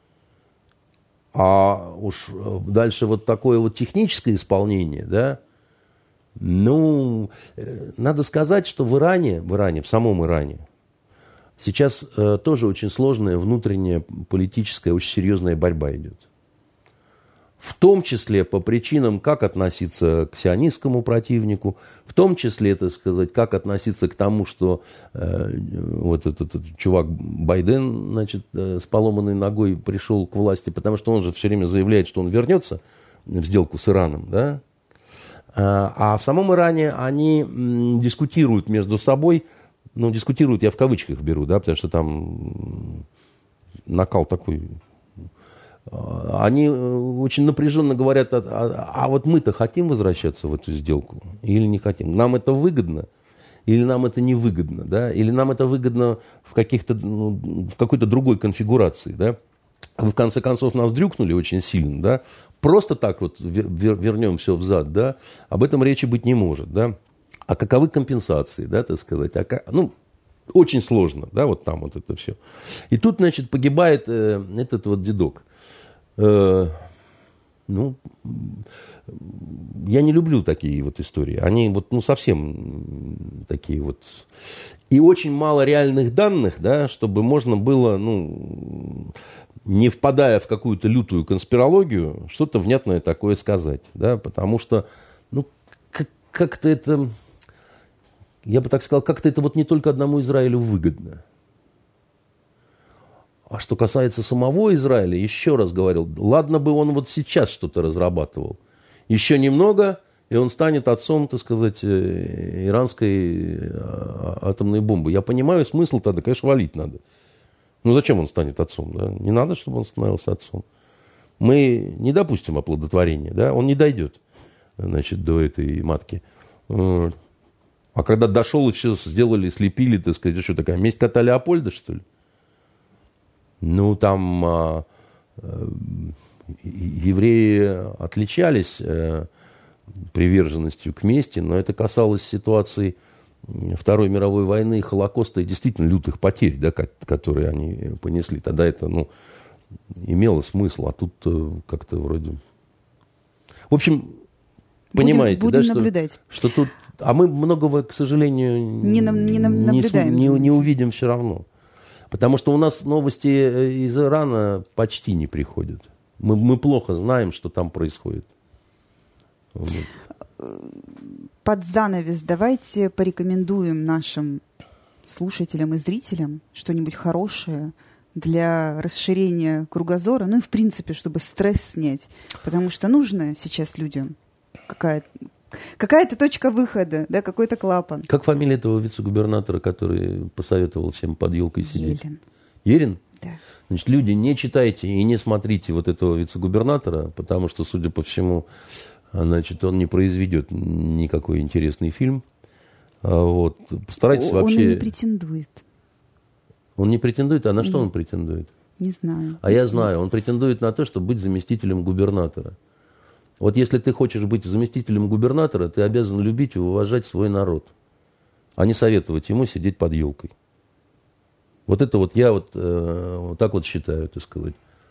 А уж дальше вот такое вот техническое исполнение, да, ну, надо сказать, что в Иране, в Иране, в самом Иране, сейчас э, тоже очень сложная внутренняя политическая, очень серьезная борьба идет. В том числе по причинам, как относиться к сионистскому противнику, в том числе, так сказать, как относиться к тому, что э, вот этот, этот чувак Байден, значит, э, с поломанной ногой пришел к власти, потому что он же все время заявляет, что он вернется в сделку с Ираном, да? А в самом Иране они м, дискутируют между собой, ну, дискутируют, я в кавычках беру, да, потому что там накал такой. Они очень напряженно говорят, а, а, а вот мы-то хотим возвращаться в эту сделку или не хотим? Нам это выгодно или нам это невыгодно, да? Или нам это выгодно в, каких-то, ну, в какой-то другой конфигурации, да? Вы, в конце концов, нас дрюкнули очень сильно, да? Просто так вот вернем все взад, да? Об этом речи быть не может, да? А каковы компенсации, да, так сказать? А как... Ну, очень сложно, да, вот там вот это все. И тут, значит, погибает э, этот вот дедок. Э, ну, я не люблю такие вот истории. Они вот, ну, совсем такие вот. И очень мало реальных данных, да, чтобы можно было, ну, не впадая в какую-то лютую конспирологию, что-то внятное такое сказать, да, потому что, ну, как- как-то это, я бы так сказал, как-то это вот не только одному Израилю выгодно. А что касается самого Израиля, еще раз говорил, ладно бы он вот сейчас что-то разрабатывал. Еще немного, и он станет отцом, так сказать, иранской атомной бомбы. Я понимаю смысл тогда, конечно, валить надо. Ну, зачем он станет отцом? Да? Не надо, чтобы он становился отцом. Мы не допустим оплодотворения, да? Он не дойдет, значит, до этой матки. А когда дошел и все сделали, слепили, так сказать, что такая, месть кота Леопольда, что ли? Ну, там а, а, евреи отличались а, приверженностью к мести, но это касалось ситуации Второй мировой войны, Холокоста и действительно лютых потерь, да, которые они понесли. Тогда это, ну, имело смысл, а тут как-то вроде... В общем, понимаете, будем, будем да, наблюдать. Что, что тут... А мы многого, к сожалению, не, нам, не, нам, не, наблюдаем, не, не увидим все равно. Потому что у нас новости из Ирана почти не приходят. Мы, мы плохо знаем, что там происходит. Вот. Под занавес давайте порекомендуем нашим слушателям и зрителям что-нибудь хорошее для расширения кругозора, ну и в принципе, чтобы стресс снять. Потому что нужно сейчас людям какая-то, какая-то точка выхода, да, какой-то клапан. Как фамилия этого вице-губернатора, который посоветовал всем под елкой сидеть? Елен. Ерин? Да. Значит, люди, не читайте и не смотрите вот этого вице-губернатора, потому что, судя по всему, значит, он не произведет никакой интересный фильм. Вот. Постарайтесь он вообще... Он и не претендует. Он не претендует? А на что Нет. он претендует? Не знаю. А я знаю. Он претендует на то, чтобы быть заместителем губернатора. Вот если ты хочешь быть заместителем губернатора, ты обязан любить и уважать свой народ, а не советовать ему сидеть под елкой. Вот это вот я вот, э, вот так вот считаю, так сказать.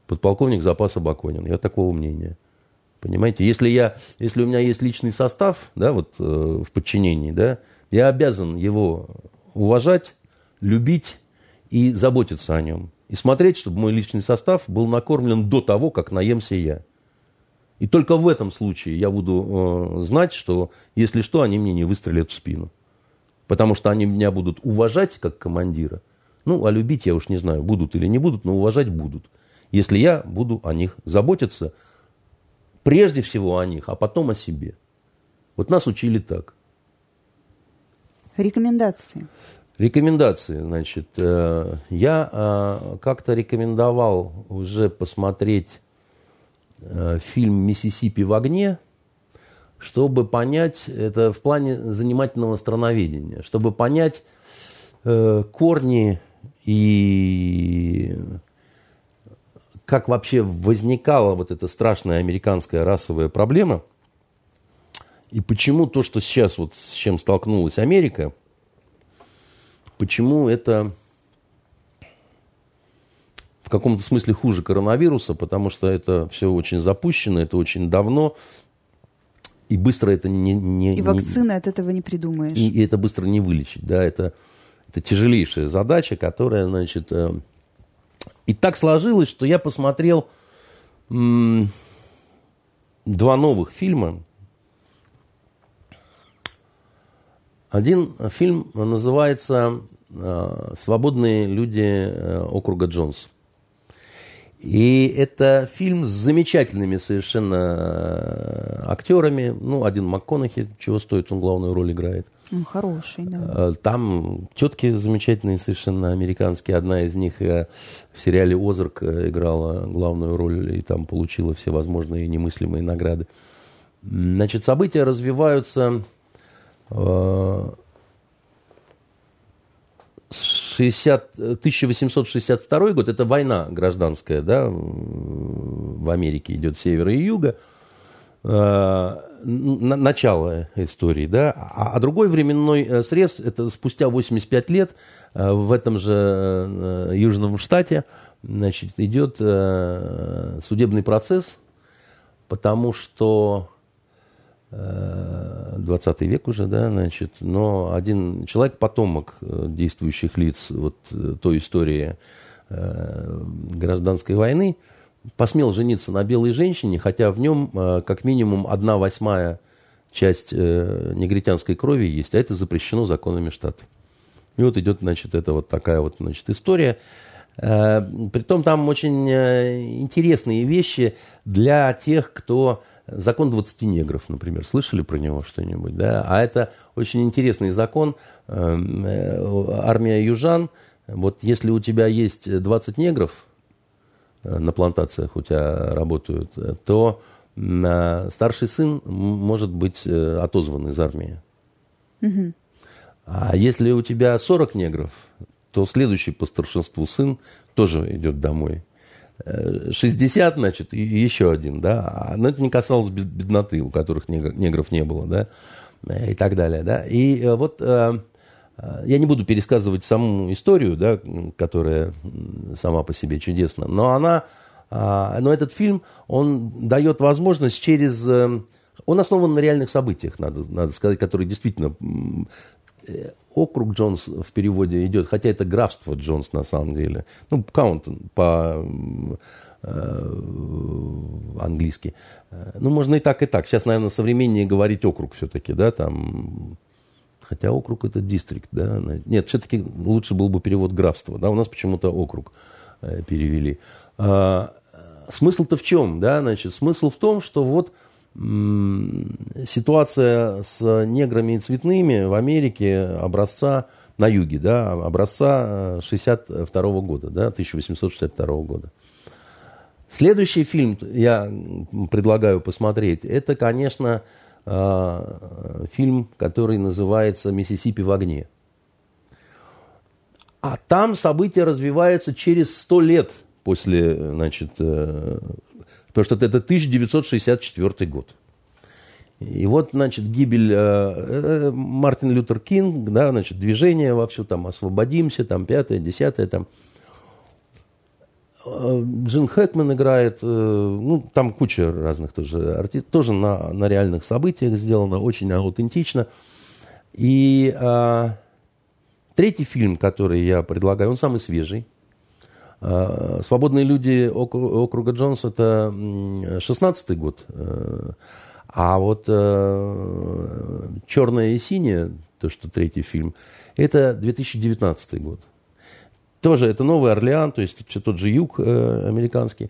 подполковник запаса Бакунин. Я такого мнения. Понимаете? Если, я, если у меня есть личный состав, да, вот, э, в подчинении, да, я обязан его уважать, любить и заботиться о нем. И смотреть, чтобы мой личный состав был накормлен до того, как наемся я. И только в этом случае я буду э, знать, что, если что, они мне не выстрелят в спину. Потому что они меня будут уважать как командира. Ну, а любить я уж не знаю, будут или не будут, но уважать будут. Если я буду о них заботиться, прежде всего о них, а потом о себе. Вот нас учили так. Рекомендации. Рекомендации, значит. Э, я э, как-то рекомендовал уже посмотреть э, фильм «Миссисипи в огне», чтобы понять, это в плане занимательного страноведения, чтобы понять э, корни и как вообще возникала вот эта страшная американская расовая проблема, и почему то, что сейчас вот с чем столкнулась Америка, почему это в каком-то смысле хуже коронавируса, потому что это все очень запущено, это очень давно, и быстро это не... не и вакцины не, от этого не придумаешь. И, и это быстро не вылечить, да, это, это тяжелейшая задача, которая, значит... И так сложилось, что я посмотрел м- два новых фильма. Один фильм называется «Свободные люди округа Джонс». И это фильм с замечательными совершенно актерами. Ну, один МакКонахи, чего стоит, он главную роль играет. Он хороший, да. Там тетки замечательные совершенно американские. Одна из них в сериале «Озарк» играла главную роль и там получила все возможные немыслимые награды. Значит, события развиваются шестьдесят, тысяча восемьсот шестьдесят второй год, это война гражданская, да, в Америке идет севера и юга, начало истории, да, а другой временной срез, это спустя восемьдесят пять лет в этом же южном штате, значит, идет судебный процесс, потому что двадцатый век уже, да, значит, но один человек, потомок действующих лиц вот той истории э, гражданской войны, посмел жениться на белой женщине, хотя в нем э, как минимум одна восьмая часть э, негритянской крови есть, а это запрещено законами штата. И вот идет, значит, это вот такая вот, значит, история. Э, притом там очень э, интересные вещи для тех, кто... Закон двадцати негров, например. Слышали про него что-нибудь? Да? А это очень интересный закон. Армия южан. Вот если у тебя есть двадцать негров на плантациях у тебя работают, то старший сын может быть отозван из армии. Угу. А если у тебя сорок негров, то следующий по старшинству сын тоже идет домой. шестьдесят, значит, и еще один, да, но это не касалось бедноты, у которых негров не было, да, и так далее, да, и вот я не буду пересказывать саму историю, да, которая сама по себе чудесна, но она, но этот фильм, он дает возможность через, он основан на реальных событиях, надо, надо сказать, которые действительно... Округ Джонс в переводе идет, хотя это графство Джонс на самом деле. Ну, каунт по-английски. Ну, можно и так, и так. Сейчас, наверное, современнее говорить округ все-таки, да, там... Хотя округ это дистрикт, да. Нет, все-таки лучше был бы перевод графства, да, у нас почему-то округ перевели. А, смысл-то в чем, да, значит, смысл в том, что вот ситуация с неграми и цветными в Америке образца на юге, да, образца шестьдесят второго года, да, тысяча восемьсот шестьдесят второго года. Следующий фильм я предлагаю посмотреть, это, конечно, фильм, который называется «Миссисипи в огне». А там события развиваются через сто лет после, значит, потому что это тысяча девятьсот шестьдесят четвёртый год. И вот, значит, гибель э, Мартин Лютер Кинг, да, значит, движение вовсю, там, освободимся, там, пятое, десятое, там. Джин Хэкман играет, ну, там куча разных тоже артистов, тоже на, на реальных событиях сделано, очень аутентично. И а, третий фильм, который я предлагаю, он самый свежий. А, «Свободные люди» округа Джонс, это шестнадцатый год. А вот а, «Черное и синее», то, что третий фильм, это две тысячи девятнадцатый год. Тоже это Новый Орлеан, то есть все тот же юг э, американский.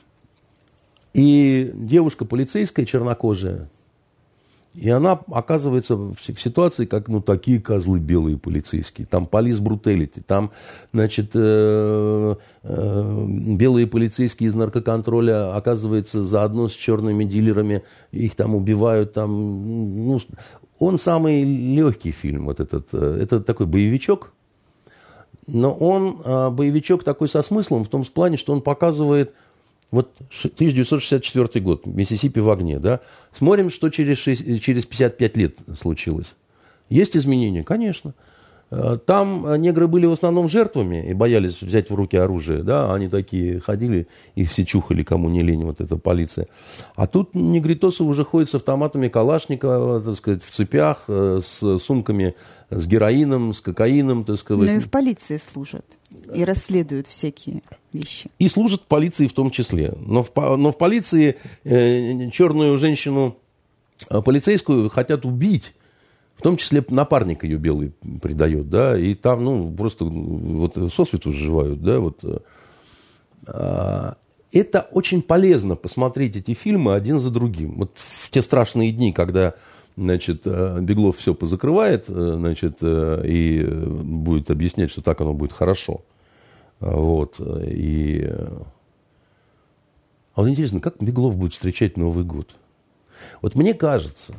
И девушка полицейская, чернокожая, и она оказывается в, в ситуации, как, ну, такие козлы белые полицейские. Там полис бруталити, там, значит, э, э, белые полицейские из наркоконтроля оказываются заодно с черными дилерами, их там убивают, там, ну, он самый легкий фильм, вот этот, это такой боевичок. Но он а, боевичок такой со смыслом в том плане, что он показывает вот тысяча девятьсот шестьдесят четвёртый год, Миссисипи в огне, да. Смотрим, что через, шесть, через пятьдесят пять лет случилось. Есть изменения? Конечно. Там негры были в основном жертвами и боялись взять в руки оружие, да, они такие ходили, их все чухали, кому не лень, вот эта полиция. А тут негритосы уже ходят с автоматами Калашникова, так сказать, в цепях, с сумками с героином, с кокаином, так сказать. Но и в полиции служат и расследуют всякие вещи. И служат в полиции в том числе. Но в, но в полиции э, черную женщину полицейскую хотят убить. В том числе напарник ее белый предает, да, и там, ну, просто вот сосвету сживают, да, вот. А, это очень полезно посмотреть эти фильмы один за другим. Вот в те страшные дни, когда, значит, Беглов все позакрывает, значит, и будет объяснять, что так оно будет хорошо. Вот, и... А вот интересно, как Беглов будет встречать Новый год? Вот мне кажется...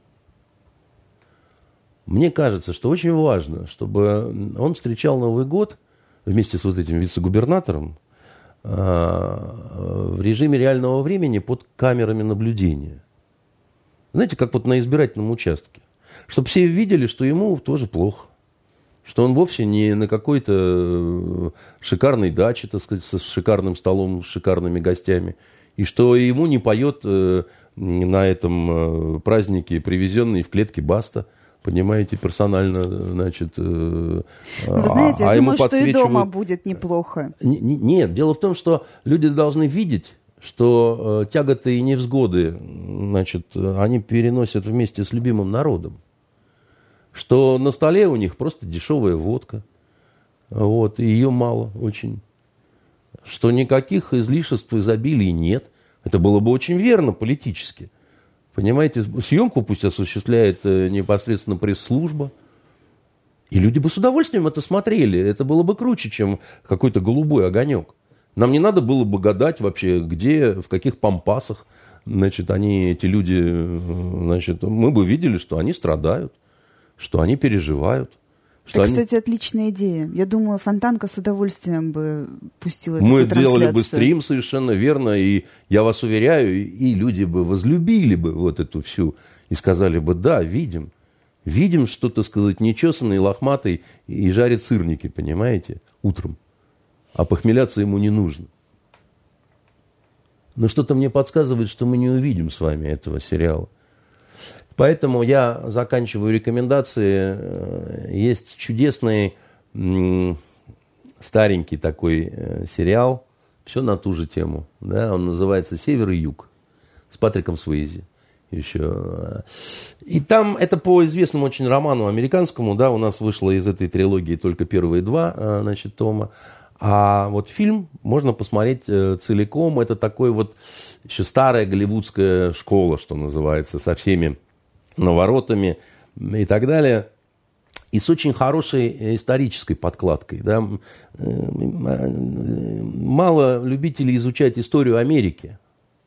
Мне кажется, что очень важно, чтобы он встречал Новый год вместе с вот этим вице-губернатором в режиме реального времени под камерами наблюдения. Знаете, как вот на избирательном участке. Чтобы все видели, что ему тоже плохо. Что он вовсе не на какой-то шикарной даче, так сказать, с шикарным столом, с шикарными гостями. И что ему не поет на этом празднике привезенный в клетке Баста. Понимаете, персонально, значит... Вы знаете, а, я а думаю, что подсвечивают... и дома будет неплохо. Нет, дело в том, что люди должны видеть, что э, тяготы и невзгоды, значит, они переносят вместе с любимым народом. Что на столе у них просто дешевая водка. Вот, и ее мало очень. Что никаких излишеств, изобилий нет. Это было бы очень верно политически. Понимаете, съемку пусть осуществляет непосредственно пресс-служба. И люди бы с удовольствием это смотрели. Это было бы круче, чем какой-то голубой огонек. Нам не надо было бы гадать вообще, где, в каких пампасах, значит, они, эти люди, значит, мы бы видели, что они страдают, что они переживают. Это, они... кстати, отличная идея. Я думаю, Фонтанка с удовольствием бы пустила эту Мы трансляцию. делали бы стрим, совершенно верно, и я вас уверяю, и люди бы возлюбили бы вот эту всю, и сказали бы, да, видим, видим, что, так сказать, нечесанный, лохматый, и жарит сырники, понимаете, утром. А похмеляться ему не нужно. Но что-то мне подсказывает, что мы не увидим с вами этого сериала. Поэтому я заканчиваю рекомендации. Есть чудесный старенький такой сериал, все на ту же тему. Да? Он называется «Север и юг» с Патриком Суэйзи. Еще. И там это по известному очень роману американскому. Да, у нас вышло из этой трилогии только первые два, значит, тома. А вот фильм можно посмотреть целиком. Это такой вот еще старая голливудская школа, что называется, со всеми наворотами и так далее. И с очень хорошей исторической подкладкой. Да. Мало любителей изучать историю Америки.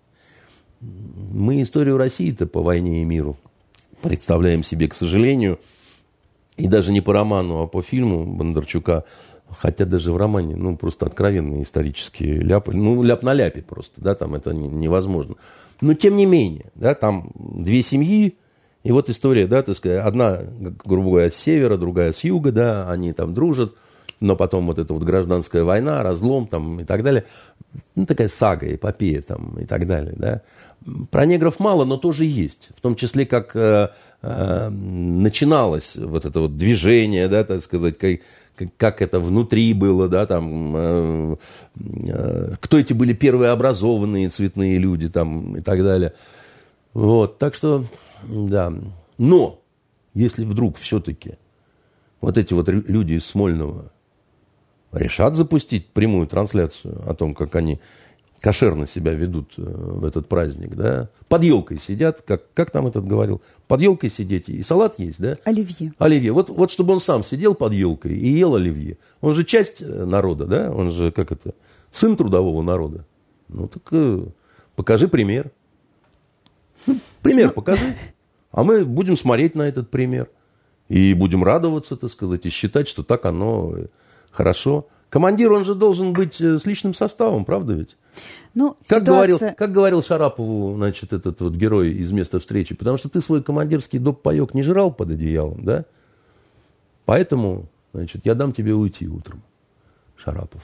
Мы историю России-то по войне и миру представляем себе, к сожалению. И даже не по роману, а по фильму Бондарчука. Хотя даже в романе, ну, просто откровенные исторические ляпы. Ну, ляп на ляпе просто, да, там это невозможно. Но тем не менее, да, там две семьи. И вот история, да, так сказать, одна, грубо говоря, с севера, другая с юга, да, они там дружат, но потом вот эта вот гражданская война, разлом там и так далее. ну, такая сага, эпопея там и так далее, да. Про негров мало, но тоже есть. В том числе, как э, э, начиналось вот это вот движение, да, так сказать, как, как это внутри было, да, там, э, э, кто эти были первые образованные цветные люди там и так далее. Вот, так что, да. Но, если вдруг все-таки вот эти вот люди из Смольного решат запустить прямую трансляцию о том, как они кошерно себя ведут в этот праздник, да, под елкой сидят, как, как там этот говорил, под елкой сидеть и салат есть, да? Оливье. Оливье. Вот, вот чтобы он сам сидел под елкой и ел оливье. Он же часть народа, да? Он же, как это, сын трудового народа. Ну, так э, покажи пример. Ну, пример ну... покажи. А мы будем смотреть на этот пример. И будем радоваться, так сказать, и считать, что так оно хорошо. Командир, он же должен быть с личным составом, правда ведь? Ну, как, ситуация... говорил, как говорил Шарапову, значит, этот вот герой из места встречи, потому что ты свой командирский доп-паёк не жрал под одеялом, да? Поэтому, значит, я дам тебе уйти утром, Шарапов.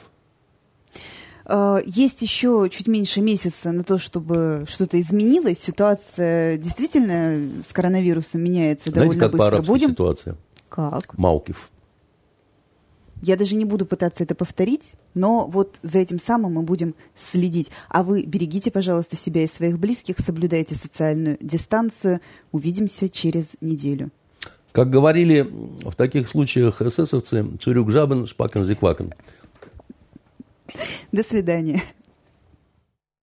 Есть еще чуть меньше месяца на то, чтобы что-то изменилось. Ситуация действительно с коронавирусом меняется. Знаете, довольно как быстро. по-арабски Будем... ситуация? Как? Маукиф. Я даже не буду пытаться это повторить, но вот за этим самым мы будем следить. А вы берегите, пожалуйста, себя и своих близких, соблюдайте социальную дистанцию. Увидимся через неделю. Как говорили в таких случаях эсэсовцы, «Цурюк жабен, шпакен зиквакен». До свидания.